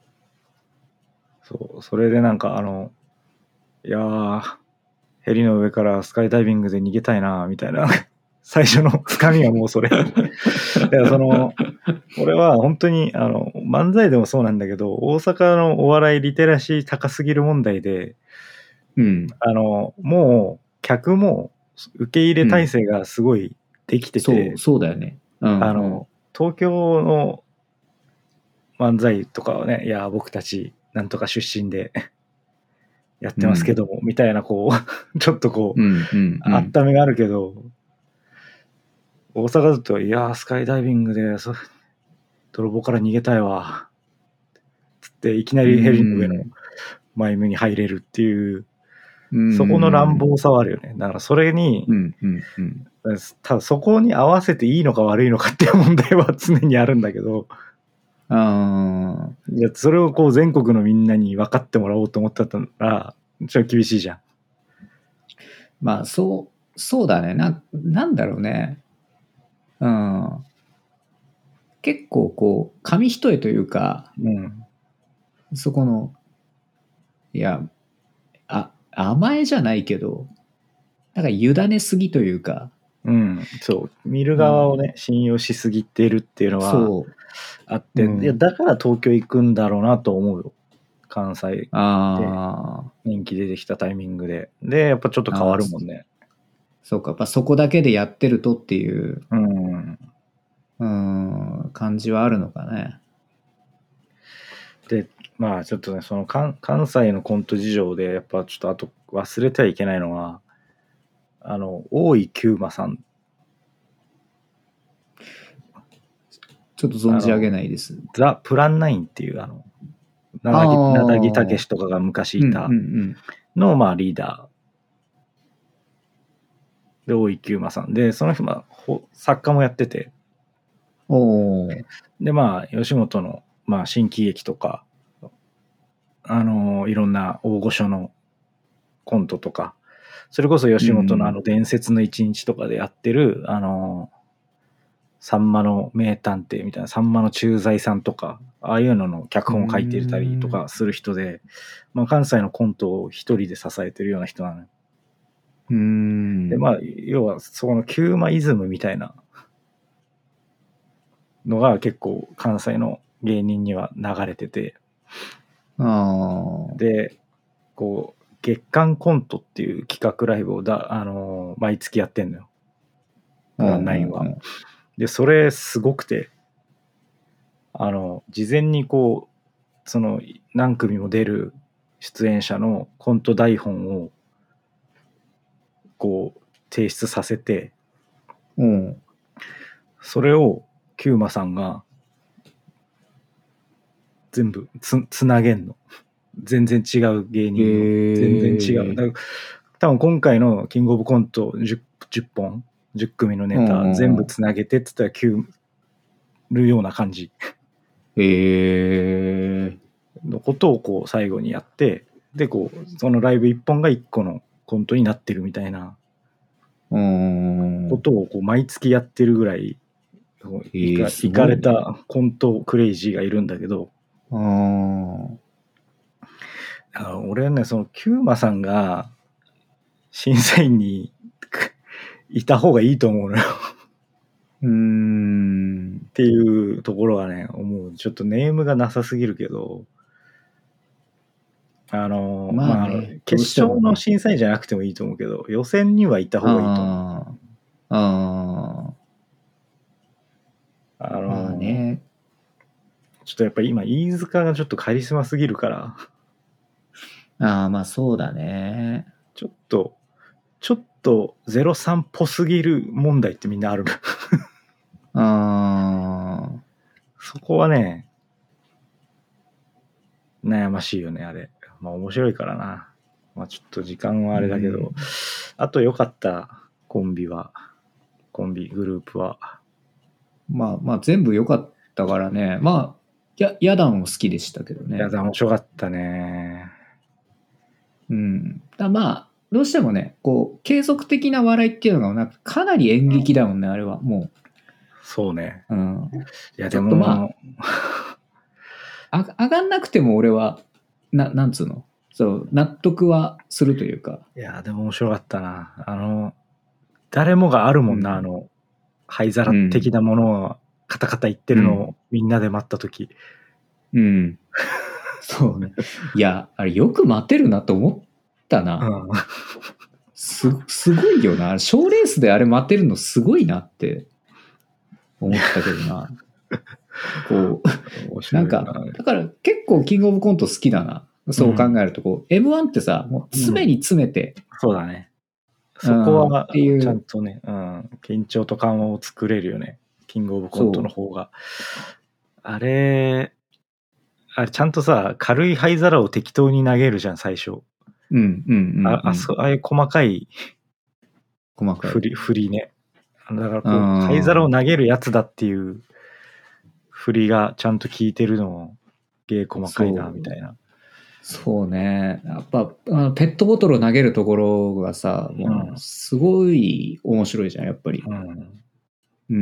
そう、それでなんかあの、いやー、ヘリの上からスカイダイビングで逃げたいな、みたいな。最初のつかみはもうそれ。いや、その、俺は本当に、あの、漫才でもそうなんだけど、大阪のお笑いリテラシー高すぎる問題で、うん、あの、もう、客も受け入れ体制がすごいできてて、 うん、そう、そうだよね。 うんうん、あの、東京の漫才とかはね、いや、僕たち、なんとか出身で、やってますけども、うん、みたいな、こう、ちょっとこう、うんうんうん、あっためがあるけど、大阪だと、いやー、スカイダイビングで、そ泥棒から逃げたいわ。つって、いきなりヘリの上の前目に入れるっていう、うそこの乱暴さはあるよね。だからそれに、うんうんうん、ただそこに合わせていいのか悪いのかっていう問題は常にあるんだけど、あいやそれをこう全国のみんなに分かってもらおうと思ったら、ちょっと厳しいじゃん。 まあ、そう、そうだね。な、なんだろうね。うん。結構こう、紙一重というか、うん、そこの、いや、あ、甘えじゃないけど、なんか委ねすぎというか、 うん、そう、見る側をね、うん、信用しすぎてるっていうのはあって、うん、いやだから東京行くんだろうなと思うよ。関西で人気出てきたタイミングで。で、やっぱちょっと変わるもんね。 そうか、やっぱそこだけでやってるとっていう、うん、うん感じはあるのかね。 で、まあちょっとね、その関西のコント事情で、やっぱちょっとあと忘れてはいけないのは、あの、大井久馬さん。 ちょっと存じ上げないです。 ザ・プランナインっていう、あの、なだぎたけしとかが昔いたの、まあリーダー。で、大井久馬さん。で、その人、まあ、作家もやってて。おで、まあ、吉本の、まあ、新喜劇とか、あの、いろんな大御所のコントとか、それこそ吉本のあの伝説の一日とかでやってる、あの、さんまの名探偵みたいな、さんまの駐在さんとか、ああいうのの脚本を書いてたりとかする人で、まあ、関西のコントを一人で支えてるような人なのよ。うーんで、まあ、要は、そこのキューマイズムみたいなのが結構関西の芸人には流れてて、あで、こう、月刊コントっていう企画ライブをだ、あのー、毎月やってんのよ。プランナインは。で、それすごくて、あの、事前にこう、その何組も出る出演者のコント台本をこう提出させて、 うん、 それをキューマさんが全部 つ, つなげんの。全然違う芸人の、えー、全然違う。だから多分今回のキングオブコント じゅう, じゅっぽんじゅっくみのネタ、うん、全部つなげてって言ったらキューるような感じ。 へえー。 のことをこう最後にやって、でこうそのライブいっぽんがいっこのコントになってるみたいなことをこう毎月やってるぐらい、えー、いか、いかれたコントクレイジーがいるんだけど、 ああ俺ね、そのキューマさんが審査員にいた方がいいと思うのよ。 うーんっていうところはね、思う。ちょっとネームがなさすぎるけど、あの、まあ、ね、まあ、決勝の審査員じゃなくてもいいと思うけど、予選にはいた方がいいと思う。 ああ、あの、 まあね、 ちょっとやっぱり今飯塚がちょっとカリスマすぎるから。 ああ、まあそうだね。 ちょっとちょっとゼロさんっぽすぎる問題ってみんなある。 ああ、 そこはね、悩ましいよね、あれ。まあ面白いからな。まあちょっと時間はあれだけど、うん、あと良かったコンビは、コンビグループは。 まあまあ全部良かったからね。まあ、や、ヤダンも好きでしたけどね。 ヤダン面白かったね。 うん。だまあ、どうしてもね、こう、継続的な笑いっていうのがなく、かなり演劇だもんね、うん、あれは。もう。 そうね。 うん。 いや、でも、まあ、あ上がんなくても俺は、な、なんつうの、そう、納得はするというか。 いや、でも面白かったな。あの、誰もがあるもんな、うん、あの、灰皿的なものをカタカタ言ってるのをみんなで待ったとき。 うん。うん、そうね。いや、あれよく待てるなと思ったな。うん、す, すごいよな。賞レースであれ待てるのすごいなって思ったけどな。こう、なんか、だから結構キングオブコント好きだな。そう考えると、こう、うん、エムワン ってさ、もう常に詰めて、うん。 そうだね。そこはちゃんとね、うん、緊張と緩和を作れるよね。キングオブコントの方が。あれ、あれちゃんとさ、軽い灰皿を適当に投げるじゃん、最初。 うんうんうん、うん、 ああそああいう細かい細かい振り、振りね。だからこう、灰皿を投げるやつだっていう振りがちゃんと効いてるのも、芸細かいな、みたいな。 そうね。やっぱ、あのペットボトルを投げるところがさ、もうすごい面白いじゃん、やっぱり。うん。うん、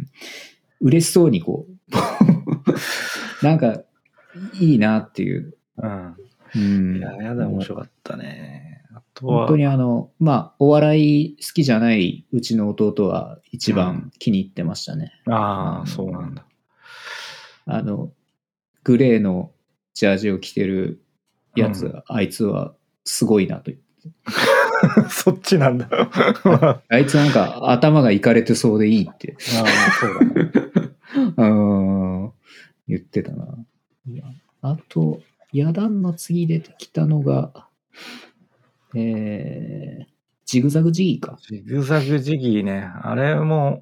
嬉しそうにこう、なんか、いいなっていう。 うん。うん、いや、やだ、面白かったね。あとは。 本当にあの、まあ、お笑い好きじゃないうちの弟は一番気に入ってましたね。 うん、ああ、そうなんだ。 あの、グレーのジャージを着てるやつ、うん、あいつはすごいなと言って。 そっちなんだ。 あいつなんか頭がいかれてそうでいいって。 ああ、そうだね。 うん言ってたな。いやあと、ヤダンの次出てきたのが、えー、ジグザグジギーか。 ジグザグジギーね。あれも、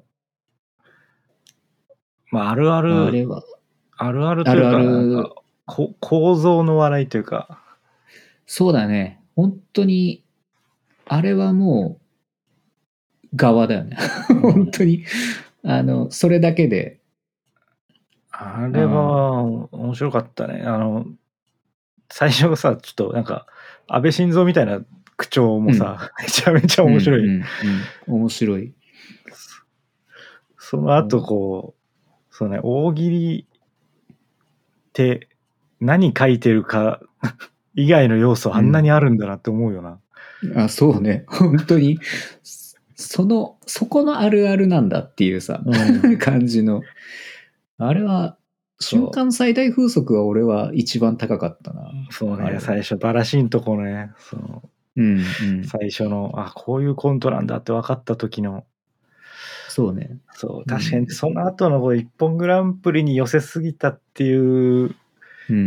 まあ、あるある、 あれはあるあるというか、あるあるこ構造の笑いというか。 そうだね。本当に、あれはもう、側だよね。本当に。あの、それだけで。 あれは面白かったね。あの、最初さ、ちょっとなんか、安倍晋三みたいな口調もさ、うん、めちゃめちゃ面白い。うんうんうん、面白い。 その後こう、そうね、大喜利って何書いてるか以外の要素あんなにあるんだなって思うよな。 うん、あ、そうね。本当に、その、そこのあるあるなんだっていうさ、うん、感じの。あれは、瞬間最大風速は俺は一番高かったな。 そうね、最初バラシンとこね、その、うんうん、最初の、あ、こういうコントなんだって分かった時の。 そうね。 そう、確かにその後の一本グランプリに寄せすぎたっていう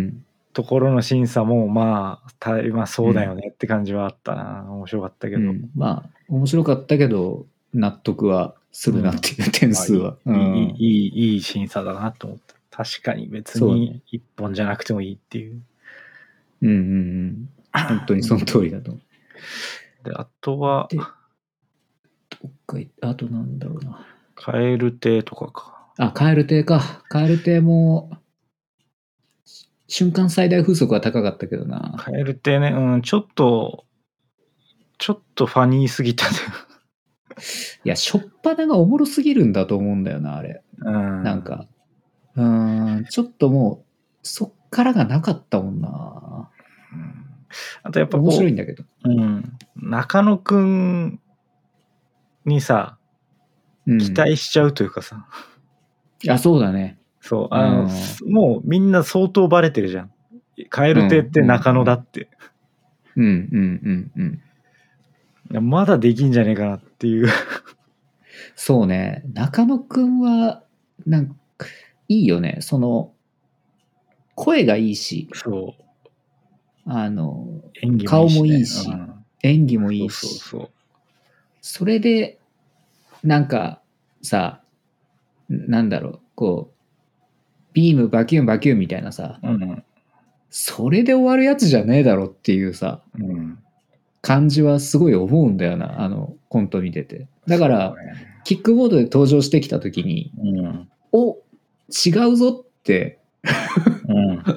ところの審査もまあ、たまあそうだよねって感じはあったな、うん、面白かったけど、うん、 まあ面白かったけど納得はするなっていう点数は、 うんまあ、いい、うん、いいいい審査だなと思った。確かに別に一本じゃなくてもいいっていう。 うね、うんうんうん本当にその通りだと思う。であとはどっかあとなんだろうな。 蛙亭とかか。 あ、蛙亭か。蛙亭も瞬間最大風速は高かったけどな。 蛙亭ね、うん、ちょっとちょっとファニーすぎた。いや、しょっぱながおもろすぎるんだと思うんだよな、あれ。 うん、 なんか、うーん、ちょっともう、そっからがなかったもんな。 うん、あとやっぱこう、 面白いんだけど。 うん、中野くんにさ、うん、期待しちゃうというかさ。 あ、そうだね。 そう、あの、うん、もうみんな相当バレてるじゃん。蛙亭って中野だって。 うんうんうんうん。 いやまだできんじゃねえかなっていう。 そうね。中野くんは、なんか、いいよね。その、声がいいし。 そう。 あの、 演技もいいし、ね、 顔もいいし、うん、演技もいいし。 そうそうそう。 それで、なんか、さ、なんだろう、こう、ビーム、バキュン、バキュンみたいなさ、うん、それで終わるやつじゃねえだろっていうさ、うん、感じはすごい思うんだよな、あのコント見てて。だから、ね、キックボードで登場してきた時に、うん、お、違うぞって、うん、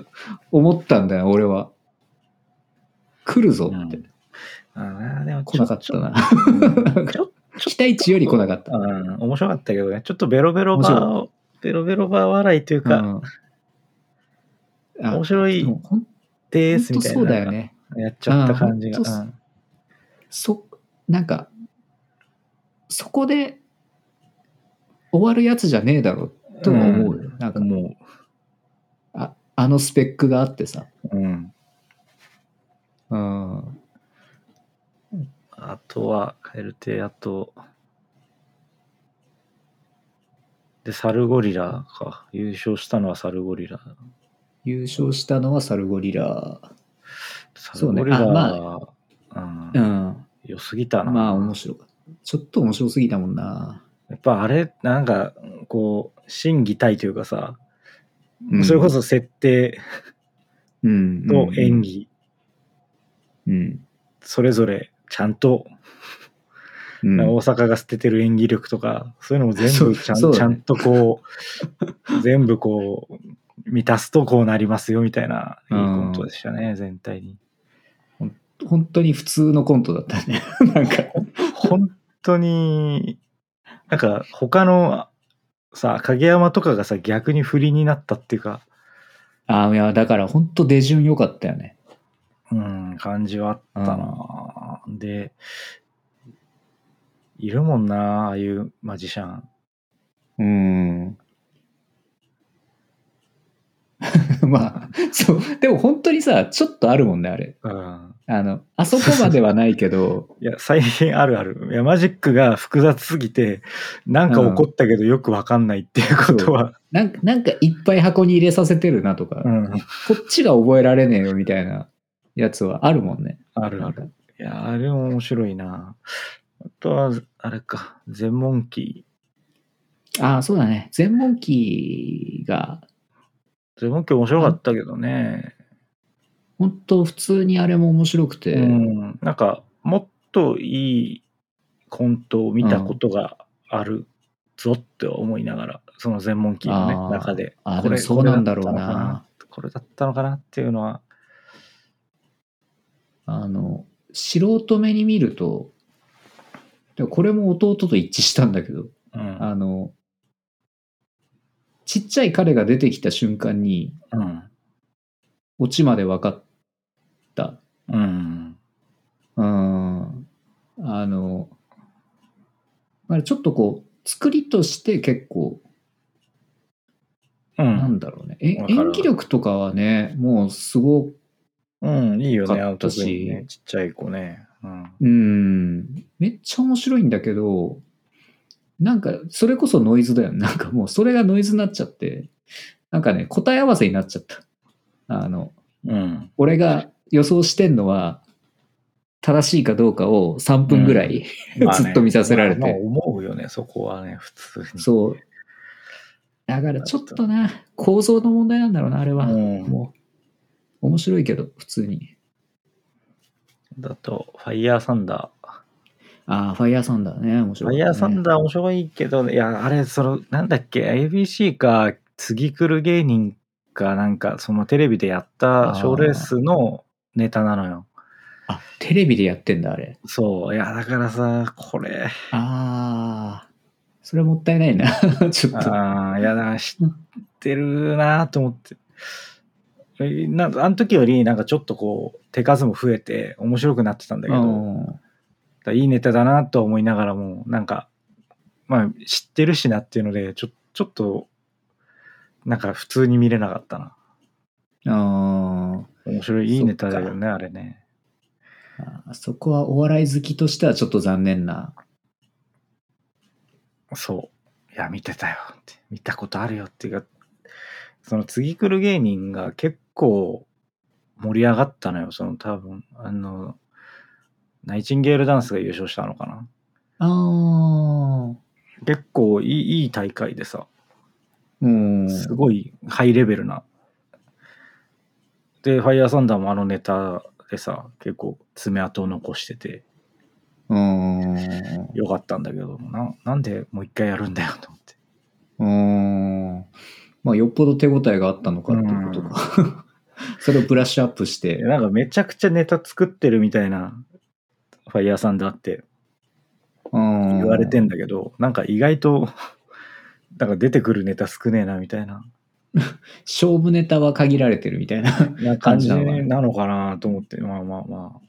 思ったんだよ、俺は。来るぞって。うん、あでも来なかったな。ちょ期待値より来なかった。 うん、面白かったけどね、ちょっとベロベロバー、ベロベロバー笑いというか、うん、面白いですみたいな。 そうだよね。 やっちゃった感じが。うん、 そ、なんか、そこで終わるやつじゃねえだろとは思うよ。うん、なんかもう、あ、あのスペックがあってさ。うん。 うん。あとは、蛙亭、あと、で、サルゴリラか。優勝したのはサルゴリラ。 優勝したのはサルゴリラ。 サルゴリラ、そうね、まあ、うん。うん。良すぎたな。 まあ、面白かった。ちょっと面白すぎたもんな。 やっぱあれ、なんか、こう、心技体というかさ、うん、それこそ設定と演技、うん、うん、それぞれちゃんと、うん、大阪が捨ててる演技力とか、そういうのも全部ちゃん、ね、ちゃんとこう、全部こう、満たすとこうなりますよみたいな、いいコントでしたね、全体に。 本当に普通のコントだったね。なんか、 本当に、なんか他のさ、影山とかがさ、逆に不利になったっていうか。 ああ、いや、だから本当出順良かったよね。 うん、感じはあったな、うん、で、いるもんな、ああいうマジシャン。 うん。まあ、そう。でも本当にさ、ちょっとあるもんね、あれ。うん。あの、あそこまではないけど。 いや、最近あるある。いや、マジックが複雑すぎて、なんか起こったけどよくわかんないっていうことは。 うん、なんか、なんかいっぱい箱に入れさせてるなとか、うん、こっちが覚えられねえよみたいなやつはあるもんね。 あるある。いや、あれも面白いな。あとは、あれか、全問キー。ああ、そうだね。全問キーが。 全問キー面白かったけどね。 本当普通にあれも面白くて。 うん。なんか、もっといいコントを見たことがあるぞって思いながら、うん、その全問キーのね、中で。 あ、でもそうなんだろうな。 これだったのかなっていうのは。 あの、素人目に見ると、でもこれも弟と一致したんだけど、うん、あの、ちっちゃい彼が出てきた瞬間に、うん、オチまで分かった。うん。うん。あの、ちょっとこう、作りとして結構、うん、なんだろうね。え演技力とかはね、もうすごく、 うん、いいよね、アウトし、ね、ちっちゃい子ね。 うん、うんめっちゃ面白いんだけど、なんか、それこそノイズだよね。なんかもう、それがノイズになっちゃって、なんかね、答え合わせになっちゃった。あの、 うん、 俺が予想してんのは正しいかどうかをさんぷんぐらい、うんまあね、ずっと見させられて、 まあ、まあ思うよねそこはね普通に。 そうだからちょっとな構造の問題なんだろうなあれは、うん、もう面白いけど普通に。 だとファイヤーサンダー。 ああファイヤーサンダーね面白い、ね、 ファイヤーサンダー面白いけどいやあれそのなんだっけ エービーシー か次来る芸人かなんかそのテレビでやった賞レースのネタなのよ。 あテレビでやってんだあれ。 そういやだからさこれああそれもったいないなちょっと。 ああいやだから知ってるなと思ってなんかあの時よりなんかちょっとこう手数も増えて面白くなってたんだけどだいいネタだなと思いながらもなんかまあ知ってるしなっていうのでちょちょっとなんか普通に見れなかったな。あ面白いいいネタだよねあれね。 あそこはお笑い好きとしてはちょっと残念な。 そういや見てたよって見たことあるよっていうかその次来る芸人が結構盛り上がったのよ。その多分あのナイチンゲールダンスが優勝したのかな。あ結構いい、いい大会でさ、うんすごいハイレベルな。でファイヤーサンダーもあのネタでさ結構爪痕を残しててうんよかったんだけど な, なんでもう一回やるんだよと思って。 うんまあよっぽど手応えがあったのかっていうことかそれをブラッシュアップしてなんかめちゃくちゃネタ作ってるみたいなファイヤーサンダーって言われてんだけどなんか意外となんか出てくるネタ少ねえなみたいな勝負ネタは限られてるみたいな感じなのかなと思ってまあまあま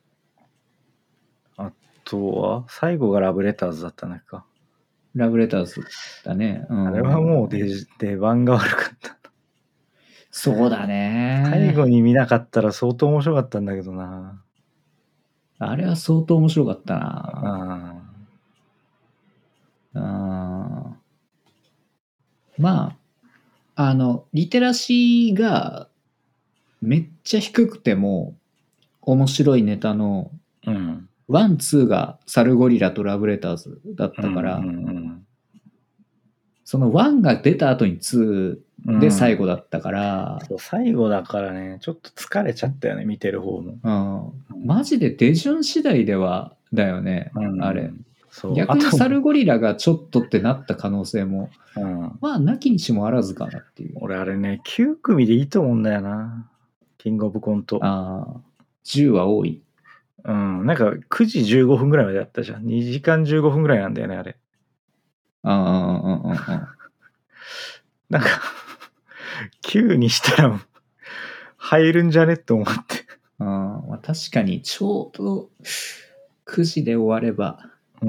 ああとは最後がラブレターズだったんだっけか。 ラブレターズだね、うん、 あれはもう出出番が悪かったそうだね最後に見なかったら相当面白かったんだけどな。 あれは相当面白かったなああまああのリテラシーがめっちゃ低くても面白いネタのワンツーがサルゴリラとラブレターズだったから、うんうんうん、そのワンが出た後にツーで最後だったから、 うん、そう最後だからねちょっと疲れちゃったよね見てる方も、 うん、マジで手順次第ではだよね、うん、あれそう逆にサルゴリラがちょっとってなった可能性も、うん、まあなきにしもあらずかなっていう。 俺あれねきゅう組でいいと思うんだよなキングオブコント。 ああじゅうは多い。 うん、なんかくじじゅうごふんぐらいまでやったじゃん。にじかんじゅうごふんぐらいなんだよねあれ。ああああああなんかきゅうにしたら入るんじゃねって思って。 あ、まあ確かにちょうどくじで終われば。 うん。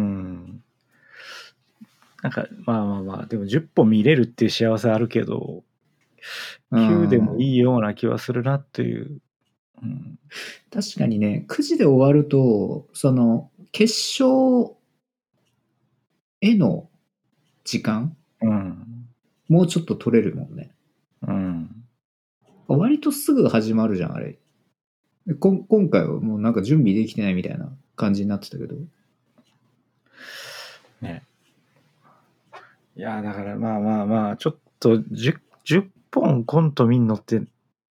なんかまあまあまあでもじゅっぽん見れるっていう幸せあるけどきゅうでもいいような気はするなっていう。 うん、確かにねくじで終わるとその決勝への時間、うん、もうちょっと取れるもんね。うん。割とすぐ始まるじゃんあれ。こ今回はもうなんか準備できてないみたいな感じになってたけど。 ね。いやだからまあまあまあちょっと 10, じゅっぽんコント見んのって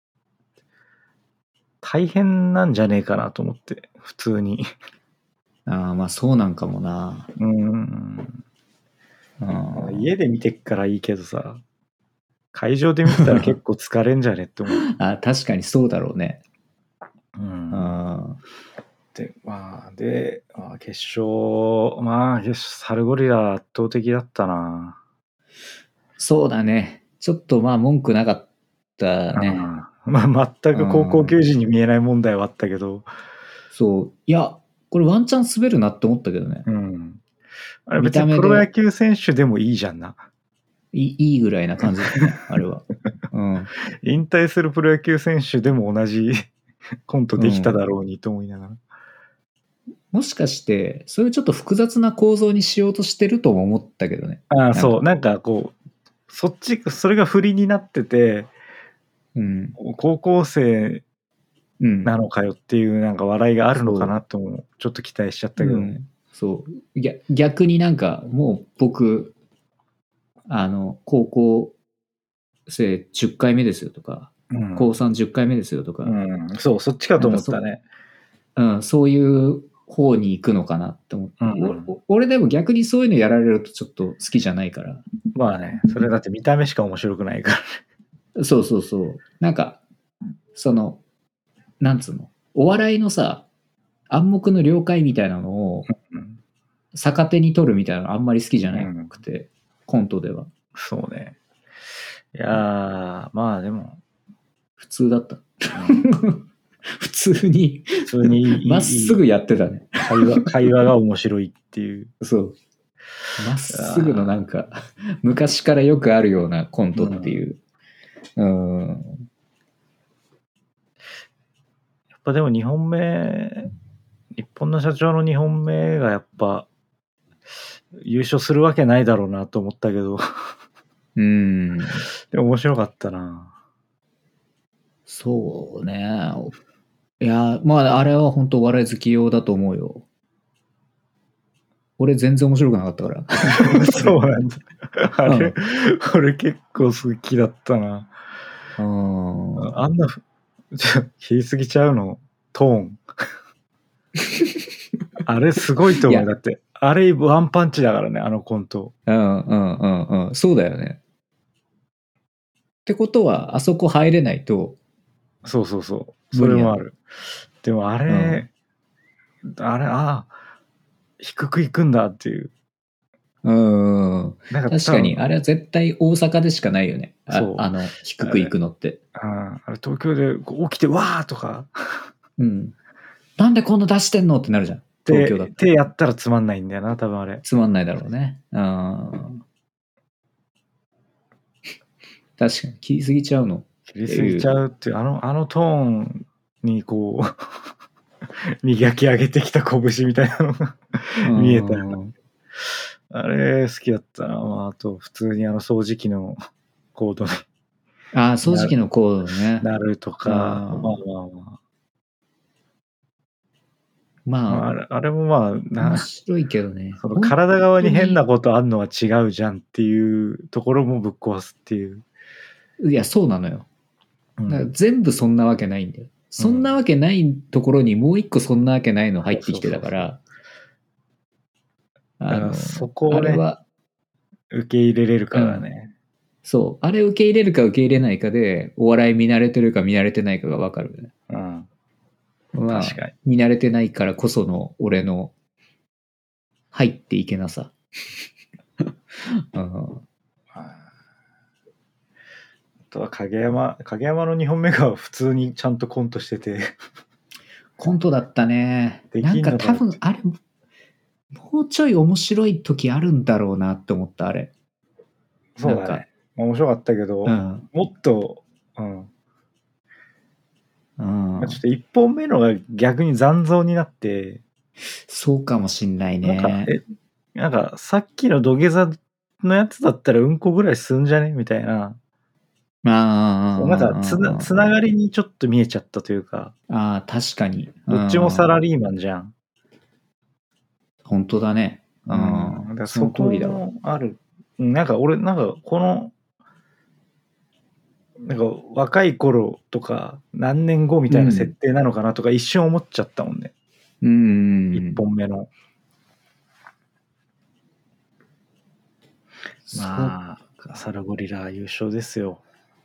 大変なんじゃねえかなと思って普通に。 ああまあそうなんかもな。うん。 あ家で見てっからいいけどさ会場で見てたら結構疲れんじゃねって思う。 あ確かにそうだろうね。 うん。あでまあで、まあ、決勝まあ決勝サルゴリラ圧倒的だったな。 そうだねちょっとまあ文句なかったね。 まあ全く高校球児に見えない問題はあったけど、うん、 そういやこれワンチャン滑るなって思ったけどね。うん。 あれ別にプロ野球選手でもいいじゃんな。 いい, いいぐらいな感じだねあれは。うん。 引退するプロ野球選手でも同じコントできただろうにと思いながら。 うん、もしかしてそういうちょっと複雑な構造にしようとしてるとも思ったけどね。 ああそうなんかこうそっちそれが振りになってて、うん、高校生なのかよっていうなんか笑いがあるのかなともちょっと期待しちゃったけどね。 うん、そう逆逆になんかもう僕あの高校生じゅっかいめですよとか、うん、高さんじゅっかいめですよとか、 うん、そうそっちかと思ったね。 そ,、うん、そういう方に行くのかなって思って、うん、俺でも逆にそういうのやられるとちょっと好きじゃないから。 まあね、それだって見た目しか面白くないから。 そうそうそう。なんかそのなんつうのお笑いのさ暗黙の了解みたいなのを逆手に取るみたいなのあんまり好きじゃなくて、うん、コントでは。 そうね。いやーまあでも普通だった。普通に普通にまっすぐやってたね。 会話会話が面白いっていう。 そう。まっすぐのなんか昔からよくあるようなコントっていう。うん。うん、 やっぱでもにほんめ日本の社長のにほんめがやっぱ優勝するわけないだろうなと思ったけど。 うん。 でも面白かったな。 そうね。いやまああれは本当笑い好き用だと思うよ。俺全然面白くなかったから。 そうなんだ。あれ、うん、俺結構好きだったな。 ああんな言い過ぎちゃうのトーン。あれすごいと思う。だってあれワンパンチだからねあのコント。 うんうんうんうん。そうだよね。ってことはあそこ入れないと。 そうそうそう。それもある。でもあれ、うん、あれあ低くいくんだっていう。 うん。なんか確かにあれは絶対大阪でしかないよね。あ, あの低くいくのって。 あ, あれ東京で起きてわーとか。 うん。なんでこんな出してんのってなるじゃん。東京だって。 手やったらつまんないんだよな多分あれ。 つまんないだろうね。うん。確かに切りすぎちゃうの。 切りすぎちゃうっていうあのあのトーンにこう磨き上げてきた拳みたいなのが見えたよ。あれ好きだったな。まあ、あと普通にあの掃除機のコードにああ掃除機のコードねなるとか、まあまあまあ。まあ、あれ、あれもまあ面白いけどね。 その体側に変なことあんのは違うじゃんっていうところもぶっ壊すっていう。 いやそうなのよ。だから全部そんなわけないんだよ。うん、そんなわけないところにもう一個そんなわけないの入ってきてたから。 あのそこをね、あれは受け入れれるからね、 うん。そう。あれ受け入れるか受け入れないかでお笑い見慣れてるか見慣れてないかが分かるね。 うん。 まあ、確かに見慣れてないからこその俺の入っていけなさ。うん、 あとは影山影山のにほんめが普通にちゃんとコントしててコントだったね。なんか多分あれもうちょい面白い時あるんだろうなって思ったあれ。 そうだね。面白かったけど、うん、もっと、うんうんまあ、ちょっといっぽんめのが逆に残像になってそうかもしんないね。 なんかえなんかさっきの土下座のやつだったらうんこぐらいすんじゃねみたいな。 あなんかつな、つながりにちょっと見えちゃったというか。 ああ確かに。 どっちもサラリーマンじゃん。 本当だね。 うん。だからそこもある。なんか俺なんかこのなんか若い頃とか何年後みたいな設定なのかなとか一瞬思っちゃったもんね。 うん。 一本目の。まあサルゴリラ優勝ですよ。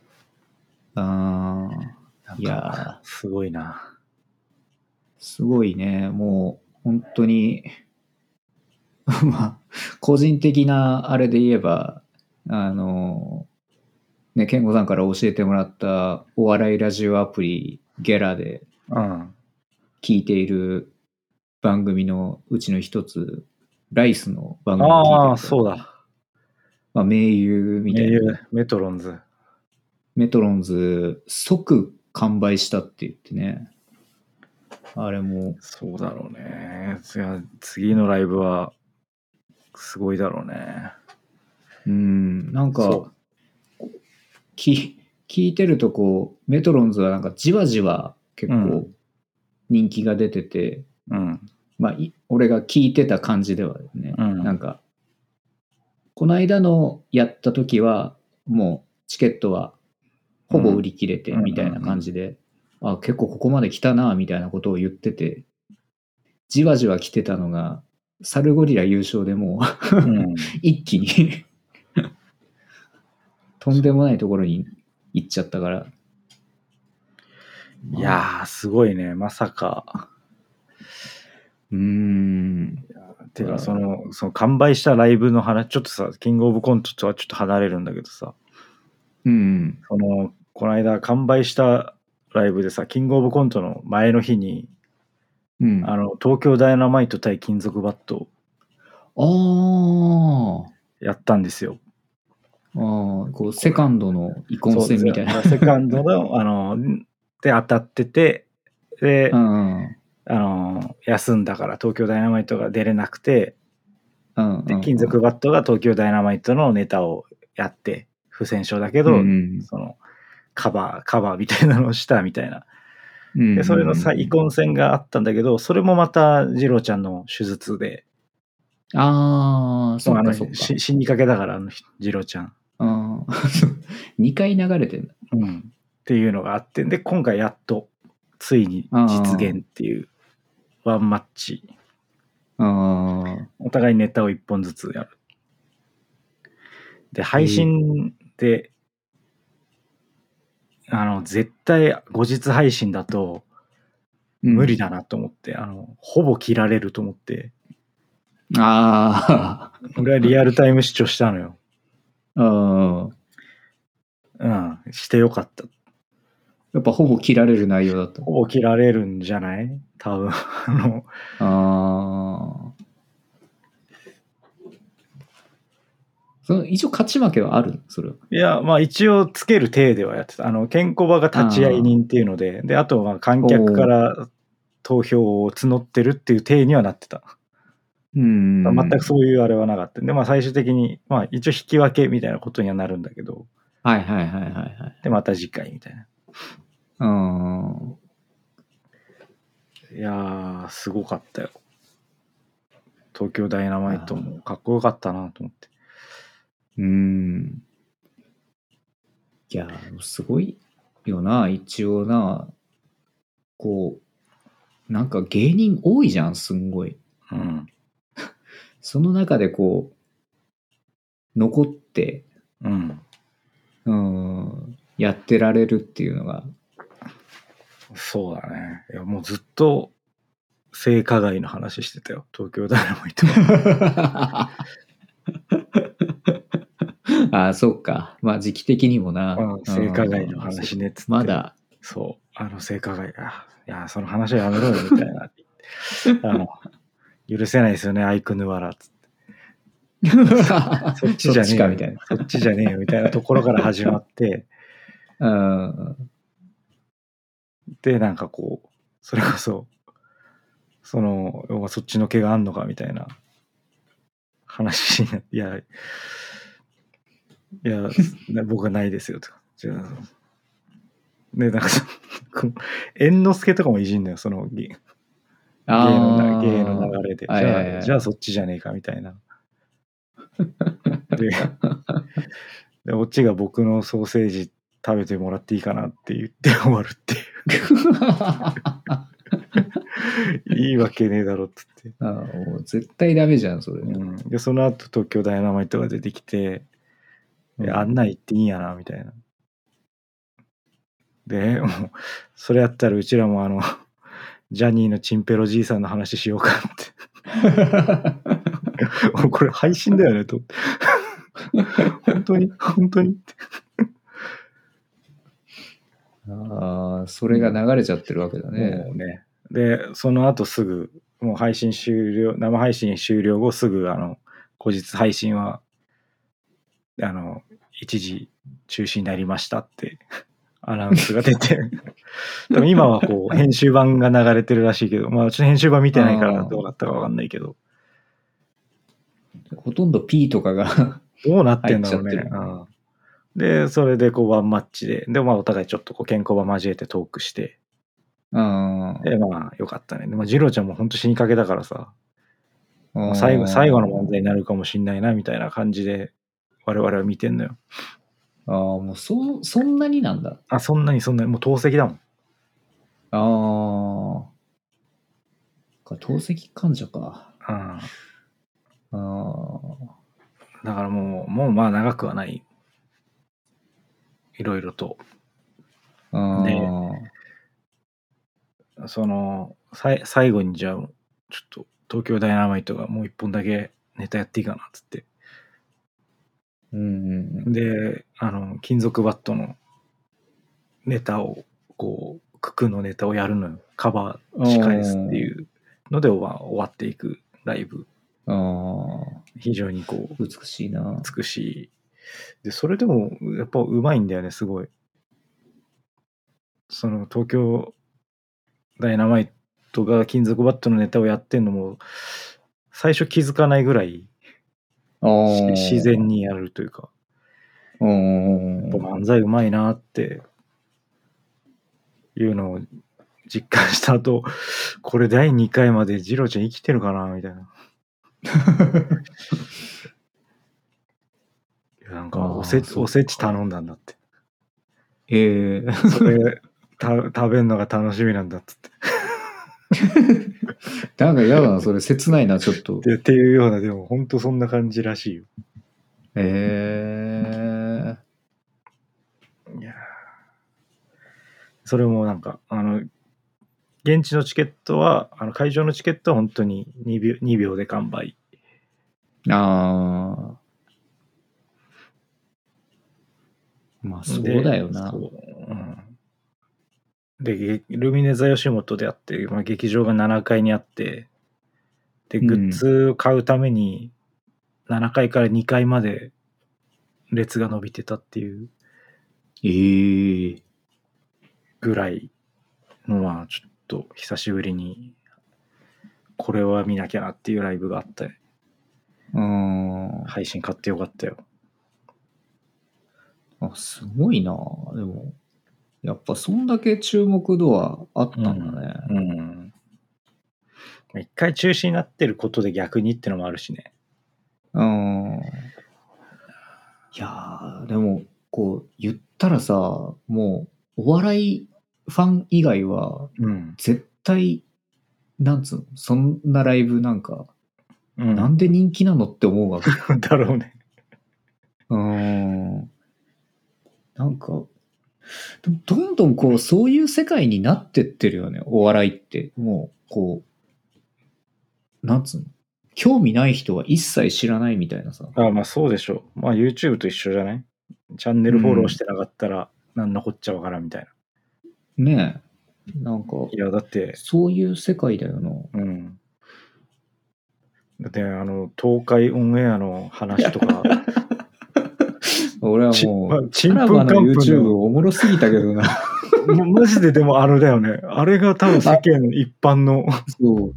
ああ、いやすごいな。 すごいね。もう本当にまあ個人的なあれで言えばあのね健吾さんから教えてもらったお笑いラジオアプリゲラで聞いている番組のうちの一つライスの番組を聞いてる。 ああそうだ。 まあ盟友みたいな。 メトロンズ。 メトロンズ即完売したって言ってね。あれもそうだろうね。次のライブはすごいだろうね。 うんなんかき聞いてるとこうメトロンズはなんかじわじわ結構人気が出てて、 うん、 まあ俺が聞いてた感じではね、 うん、 なんかこの間のやった時はもうチケットはほぼ売り切れてみたいな感じで、あ、結構ここまで来たなみたいなことを言ってて、じわじわ来てたのがサルゴリラ優勝でもう、うん、一気にとんでもないところに行っちゃったから。 いやーすごいね、まさか。 うーん。 てかそのその完売したライブの話、ちょっとさ、キングオブコントとはちょっと離れるんだけどさ、 うん、 そのこの間完売したライブでさ、キングオブコントの前の日に、うん、あの東京ダイナマイト対金属バットをやったんですよ。 ああ、こうセカンドの遺恨戦みたいな。 セカンドのあので当たってて、で、うん、あの休んだから東京ダイナマイトが出れなくて、うんうん、で金属バットが東京ダイナマイトのネタをやって不戦勝だけど、うん、そのカバーカバーみたいなのをしたみたいな、うん、でそれのさ遺恨戦があったんだけど、それもまた次郎ちゃんの手術で、 ああ、そうかそうか、 死にかけだから、あの次郎ちゃん。 あにかい流れてるんだ、 うん、っていうのがあって、で今回やっとついに実現っていうワンマッチ、あお互いネタをいっぽんずつやる。で配信で、えー、あの絶対後日配信だと無理だなと思って、うん、あのほぼ切られると思って、ああ俺はリアルタイム視聴したのよ。あうん、してよかった。 やっぱほぼ切られる内容だった。 ほぼ切られるんじゃない？多分あのあその一応勝ち負けはある？それは。 いやまあ一応つける体ではやってた。あのケンコバが立ち会い人っていうので、であとは観客から投票を募ってるっていう体にはなってた。うん全くそういうあれはなかった。でまあ最終的にまあ一応引き分けみたいなことにはなるんだけど。 はいはいはいはいはい。 でまた次回みたいな。うんいやーすごかったよ。東京ダイナマイトもかっこよかったなと思って。 うーん。いやすごいよな、一応な。こうなんか芸人多いじゃん、すんごい。うん。その中でこう残って、うん、うんやってられるっていうのが。 そうだね。いやもうずっと性加害の話してたよ、東京ダイナマイト。 ああそうか、まあ時期的にもな、 うん、性加害の話ねっつって。 まだそうあの性加害がいやその話はやめろよみたいなあの許せないですよねアイクヌワラっつってそっちじゃねえよみたいなそっちじゃねえよみたいなところから始まってうんでなんかこうそれこそそのそっちの毛があんのかみたいな話になっていやいや僕はないですよとかじゃあでなんか猿之助とかもいじんのよその芸の芸の流れでじゃあじゃあそっちじゃねえかみたいなででオチが僕のソーセージ食べてもらっていいかなって言って終わるっていういいわけねえだろっつってあもう絶対ダメじゃんそれ、 うん、でその後東京ダイナマイトが出てきて、うん、あんなん言っていいんやなみたいなでもうそれやったらうちらもあのジャニーのチンペロじいさんの話しようかってこれ配信だよねと本当に本当にああそれが流れちゃってるわけだね、 もうねでその後すぐもう配信終了生配信終了後すぐあの後日配信はあの一時中止になりましたってアナウンスが出て多分今はこう編集版が流れてるらしいけどまあうちの編集版見てないからどうなったか分かんないけどほとんど P とかがどうなってんだろうね、うん、でそれでこうワンマッチででまあお互いちょっとこうケンコバ交えてトークしてあでまあよかったね。でもジローちゃんも本当死にかけだからさ、まあ、最後最後の問題になるかもしんないなみたいな感じで我々は見てんのよ。 ああ、もうそそんなになんだ。 あ、そんなにそんなにもう透析だもん。 ああ、透析患者か。 うん、 ああ。 だからもうもうまあ長くはない。いろいろと。 あで、そのさい最後にじゃあちょっと東京ダイナマイトがもう一本だけネタやっていいかなっつって。 うんうん、 で、あの金属バットのネタをこうククのネタをやるのよ。カバーし返すっていうので終わ、終わっていくライブ。 あ非常にこう美しいな。 美しい。でそれでもやっぱうまいんだよね、すごい。その東京ダイナマイトが金属バットのネタをやってんのも最初気づかないぐらい自然にやるというか、やっぱ漫才うまいなっていうのを実感した後、これだいにかいまでジローちゃん生きてるかなみたいな。なんかおせおせち頼んだんだって。 ええー、 それた食べるのが楽しみなんだっつって。 なんか嫌だな、それ切ないな、ちょっと。 っていうような、でも本当そんな感じらしいよ。 ええー、いやそれもなんかあの現地のチケットはあの会場のチケットは本当ににびょう、にびょうで完売。 ああ。まあそうだよな。 そう、うん、でルミネ座吉本であって、まあ、劇場がななかいにあって、でグッズを買うためにななかいからにかいまで列が伸びてたっていう、 えー、 ぐらいのまあちょっと久しぶりにこれは見なきゃなっていうライブがあって、 うん、 配信買ってよかったよ。 あ、すごいな。でもやっぱそんだけ注目度はあったんだね。 うん。うん、一回中止になってることで逆にってのもあるしね。 うん。いやでもこう言ったらさ、もうお笑いファン以外は絶対、うん、なんつうの、そんなライブなんか、うん、なんで人気なのって思うわけ。 だろうね。 うん。なんかどんどんこうそういう世界になってってるよね、お笑いって。もうこうなんつうの、興味ない人は一切知らないみたいなさ。 ああ、まあそうでしょう。まあ YouTube と一緒じゃない？チャンネルフォローしてなかったら何のこっちゃわからんみたいな。 うん、ねえ、なんかいやだってそういう世界だよな。 うん。だってあの東海オンエアの話とか。 俺はもうチンプンカンプンの YouTube おもろすぎたけどな。 マジででもあれだよね。あれが多分世間一般のそう。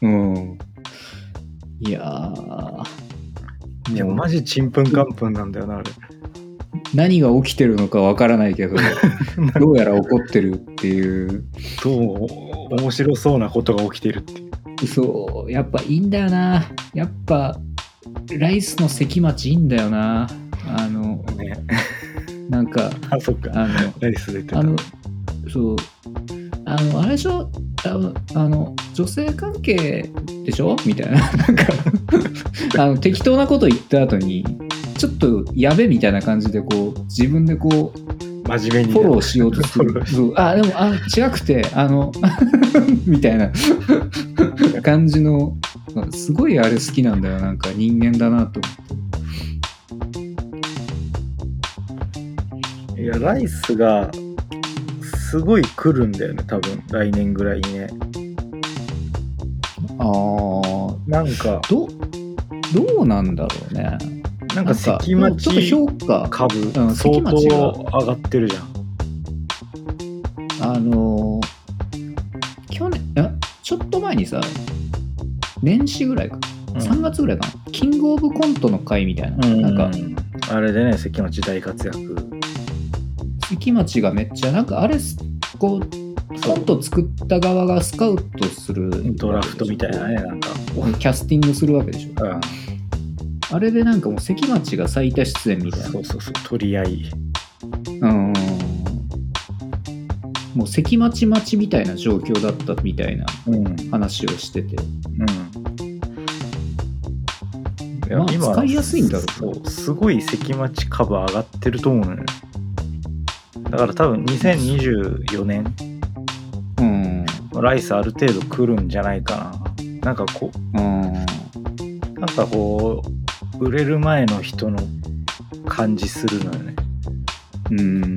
うん。いやー。 いやマジチンプンカンプンなんだよなあれ。 何が起きてるのかわからないけど、どうやら起こってるっていう。 どう面白そうなことが起きてるっていう。 そう、やっぱいいんだよな。やっぱライスの関町いいんだよな。あの、ね、なんか、 あ、そっか。 あの、 ライス出てた。 あの、そう、あの、あれでしょ、あの、あの女性関係でしょみたいな、なんかあの適当なこと言った後に、ちょっとやべみたいな感じでこう自分でこう真面目にフォローしようとする。そう、あ、でもあ違くてあのみたいな感じの、すごいあれ好きなんだよ。なんか人間だなと思って。 いやライスがすごい来るんだよね、多分来年ぐらいにね。 ああ、 なんかどどうなんだろうね。 なんか関町株、うん、相当上がってるじゃん。あの去年あちょっと前にさ、年始ぐらいか、うん、さんがつぐらいかな、キングオブコントの会みたいな、うん、なんかあれでね、関町大活躍。 関町がめっちゃなんかあれこうコント作った側がスカウトするドラフトみたいなね、なんかキャスティングするわけでしょ、うん、あれでなんかもう関町が最多出演みたいな。 そうそうそう、取り合い。 うん、もう関町待ちみたいな状況だったみたいな話をしてて、うん、まあ、今使いやすいんだろう。 そう、すごい関町株上がってると思うのよ。だから多分にせんにじゅうよねん、うん、ライスある程度来るんじゃないかな。なんかこう、うん、なんかこう売れる前の人の感じするのよね。 うん。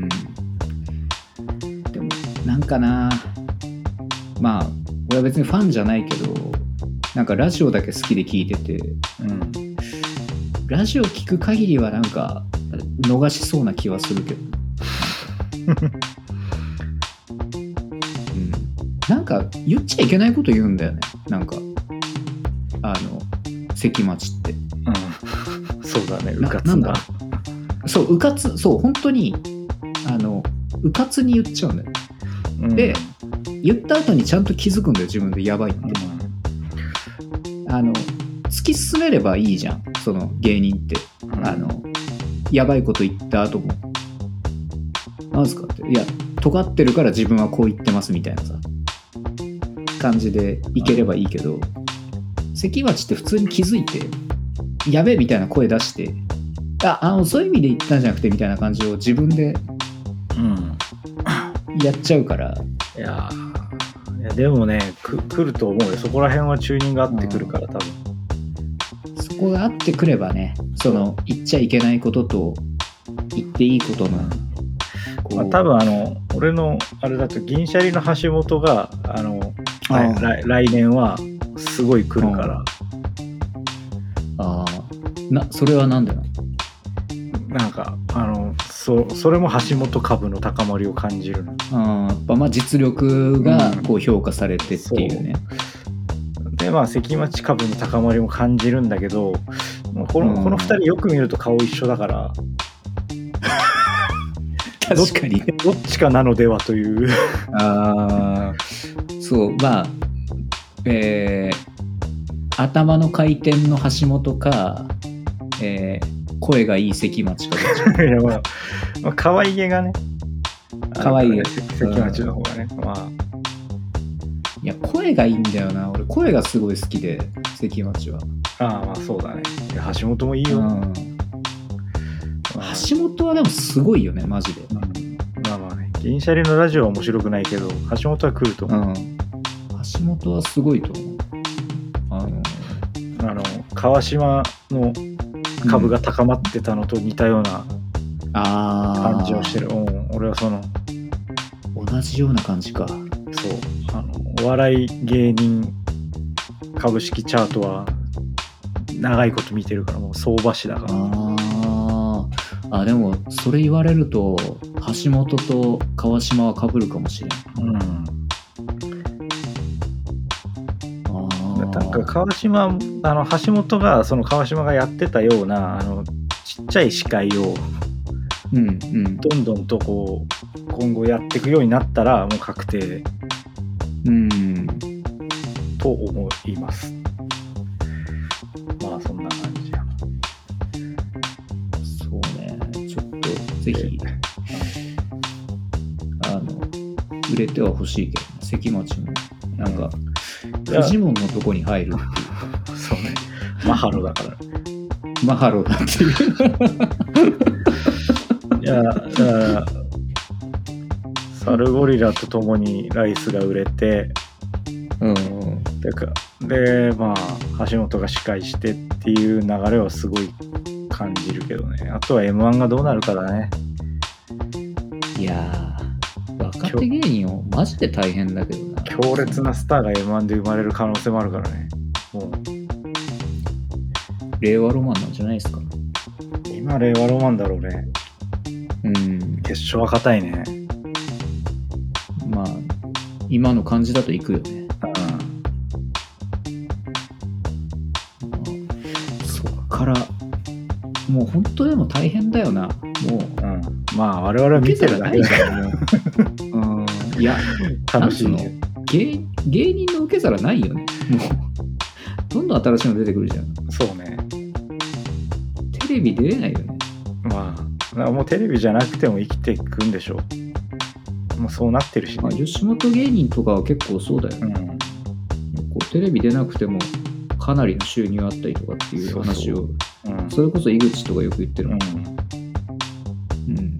でもなんかな、まあ俺は別にファンじゃないけど、なんかラジオだけ好きで聞いてて、うん、ラジオ聞く限りはなんか逃しそうな気はするけど。うん、なんか言っちゃいけないこと言うんだよね。なんかあの関町って、 うん、そうだね、うかつだ。 そう、うかつ、そう本当にあのうかつに言っちゃうんだよ、うん、で言った後にちゃんと気づくんだよ、自分でやばいって、うん、あの突き進めればいいじゃん、その芸人って、うん、あのやばいこと言った後もなんすかって、いや尖ってるから自分はこう言ってますみたいなさ感じでいければいいけど、関町って普通に気づいてやべえみたいな声出して、ああのそういう意味で言ったんじゃなくてみたいな感じを自分でやっちゃうから、 うん、いやいやでもねく来ると思うよ。そこら辺はチューニング合ってくるから、多分そこが合ってくればね、その言っちゃいけないことと言っていいことの、 まあ、多分あの俺のあれだと銀シャリの橋本があのあ来, 来年はすごい来るから、 ああなそれはなんでなの。 なんかあの そ, それも橋本株の高まりを感じるの。 あやっぱまあ実力がこう評価されてっていうね、 うん、でまあ関町株の高まりも感じるんだけど、この、うん、このふたりよく見ると顔一緒だから確かにどっちかなのではというあそうまあえー、頭の回転の橋本か、えー声がいい関町かどっちか。いやまあ、 まあ、可愛げがね。 可愛げ。 関町の方がね。まあ。 いや、声がいいんだよな。俺、声がすごい好きで、関町は。 ああ、まあそうだね。橋本もいいよ。うんまあ、橋本はでもすごいよね、マジで。うん、 まあまあね。銀シャリのラジオは面白くないけど、橋本は来ると思う。うん、 橋本はすごいと思う。あの、 あの川島の株が高まってたのと似たような感じをしてる、うん、俺はその同じような感じか。そうあのお笑い芸人株式チャートは長いこと見てるから、もう相場師だから。 ああでもそれ言われると橋本と川島は被るかもしれん。うんなんか川島あの橋本がその川島がやってたようなあのちっちゃい司会を、うんうん、どんどんとこう今後やっていくようになったらもう確定、うん、と思います。まあそんな感じや。 そうね、ちょっとぜひあの売れては欲しいけど、関町もなんか、うんフジモンのとこに入るっていうそうね、マハロだからマハロだっていういやだからサルゴリラと共にライスが売れて、うん、でかでまあ橋本が司会してっていう流れはすごい感じるけどね。あとは エムワン がどうなるかだね。 いや若手芸人をマジで大変だけどな。 強烈なスターが エムワン で生まれる可能性もあるからね。もう令和ロマンなんじゃないですか。 今令和ロマンだろうね。うん決勝は硬いね。 まあ今の感じだと行くよね。うん、そっからもう本当でも大変だよな。もう、うん、 まあ我々は見てるだけだからね。 うんいや、 楽しいの芸。芸人の受け皿ないよね。もう、どんどん新しいの出てくるじゃん。 そうね。 テレビ出れないよね。 まあ、もうテレビじゃなくても生きていくんでしょう。もうそうなってるしね。 まあ、吉本芸人とかは結構そうだよね。うん、こうテレビ出なくてもかなりの収入あったりとかっていう話を、そうそう、うん、それこそ井口とかよく言ってるもん。うん。うん、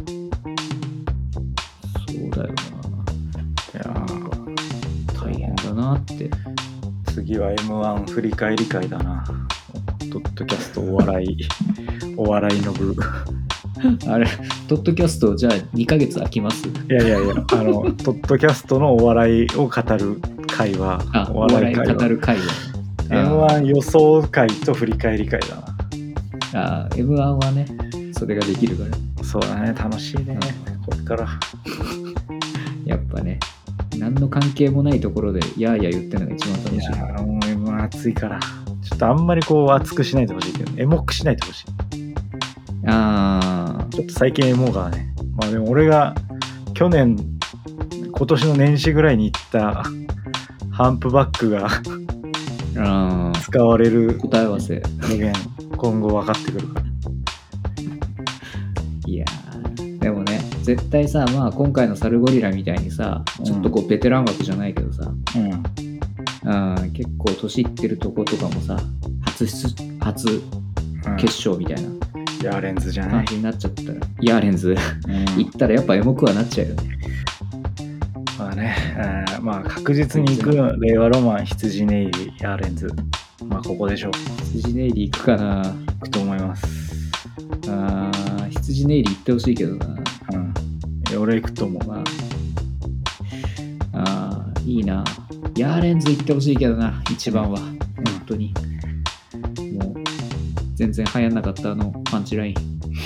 そうだよな。いや大変だなって。 次は エムワン 振り返り会だな。ポッドキャストお笑いお笑いの部あれポッドキャストじゃあにかげつ空きます？いやいやいや、あのポッドキャストのお笑いを語る会は、 あお笑い会は語る会はエムワン 予想会と振り返り会だな。あ エムワン はねそれができるから。 そうだね、楽しいね、うん、これからやっぱね何の関係もないところでやーやー言ってるのが一番楽しい。いやもう エムワン 熱いからちょっとあんまりこう熱くしないでほしいけど、エモくしないでほしい。 ああ。 ちょっと最近エモがね、まあでも俺が去年今年の年始ぐらいに行ったハンプバックが使われる答え合わせ今後分かってくるから。 いやでもね絶対さ、まあ今回のサルゴリラみたいにさ、ちょっとこうベテラン枠じゃないけどさ、うん、あ結構年いってるとことかもさ初出初決勝みたいな、うん、 ヤーレンズじゃない感じになっちゃったらヤーレンズ、うん、行ったらやっぱエモくはなっちゃうよね。 まあね、あまあ確実に行く令和ロマン羊ネイリヤーレンズ、まあここでしょう。 羊ネイリ行くかな。 行くと思います。 あ羊ネイリ行ってほしいけどな。 うん、俺行くと思う。まああいいな。ヤーレンズ行ってほしいけどな、一番は、うん、本当にもう全然流行んなかったあのパンチライン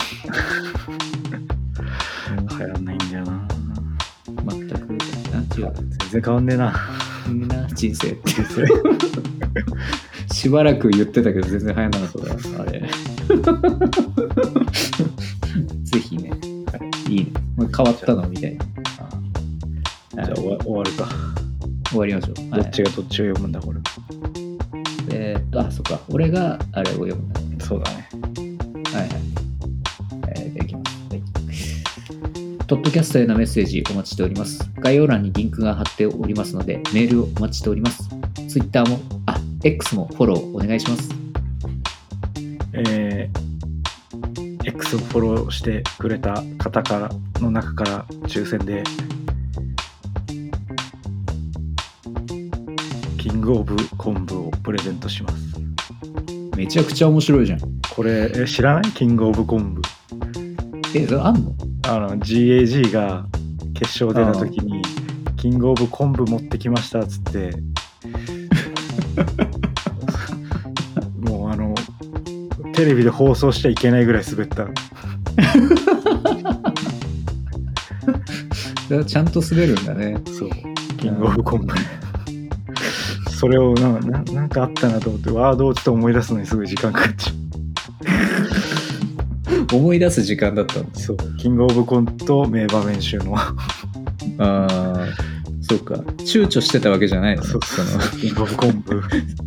流行んないんだよな。 全くなん違う、 全然変わんねえな。 な人生ってしばらく言ってたけど全然流行んなかったあれぜひね、いいね、変わったのみたいな。 じゃあ終わ、終わるか。 終わりましょう。 どっちがどっちを読むんだこれ。 えー、っとあそっか、俺があれを読むんだね。 そうだね。 はいはい。えー、じゃあいきます。はい。ポッドキャストへのメッセージお待ちしております。概要欄にリンクが貼っておりますのでメールをお待ちしております。Twitter もあ X もフォローお願いします。 えー、X をフォローしてくれた方からの中から抽選でキングオブ昆布をプレゼントします。 めちゃくちゃ面白いじゃん。 これえ知らない？キングオブ昆布。 え、それあんの？ あの ジーエージー が決勝出た時にキングオブ昆布持ってきましたっつってもうあのテレビで放送しちゃいけないぐらい滑ったちゃんと滑るんだね。 そう、キングオブ昆布それをな な, なんかあったなと思ってワードをちょっと思い出すのにすごい時間かかっちゃう思い出す時間だったんだ。 そう、キングオブコント名場面集のああそうか、躊躇してたわけじゃないの。 そうそうそうキングオブコンブ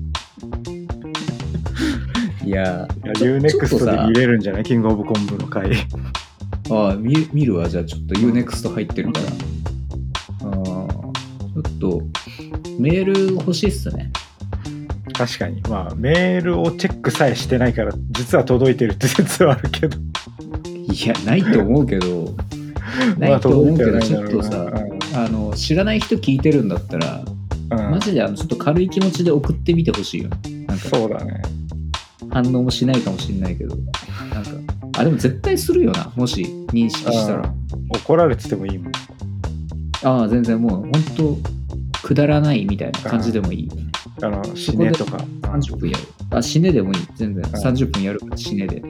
いやー ユーネクスト で見れるんじゃない？キングオブコンブの回ああ 見, 見るわ。じゃあちょっと ユーネクスト 入ってるから、あちょっとメール欲しいっすね。 確かに、まあメールをチェックさえしてないから実は届いてるって説はあるけどいやないと思うけどないと思うけど、ちょっとさ、うん、あの知らない人聞いてるんだったら、うん、マジであのちょっと軽い気持ちで送ってみてほしいよ。なんかそうだね。 反応もしないかもしれないけど、なんかあでも絶対するよな、もし認識したら。 怒られててもいいもん。 ああ全然もう本当くだらないみたいな感じでもいいよね。 あの死ねとかさんじゅっぷんやる。あ死ねでもいい、全然さんじゅっぷんやるから死ねで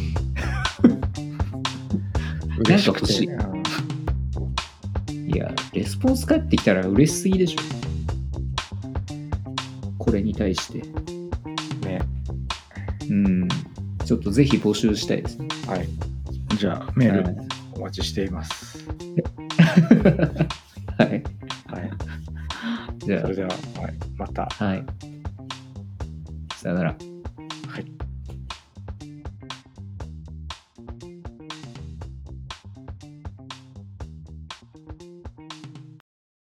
なんか欲しい。いやレスポンス返ってきたら嬉しすぎでしょ、これに対してね。 うん、ちょっとぜひ募集したいですね。 はい、じゃあメールお待ちしています。 ははい。 じゃあ、それでは、はい、また。 はい。さよなら。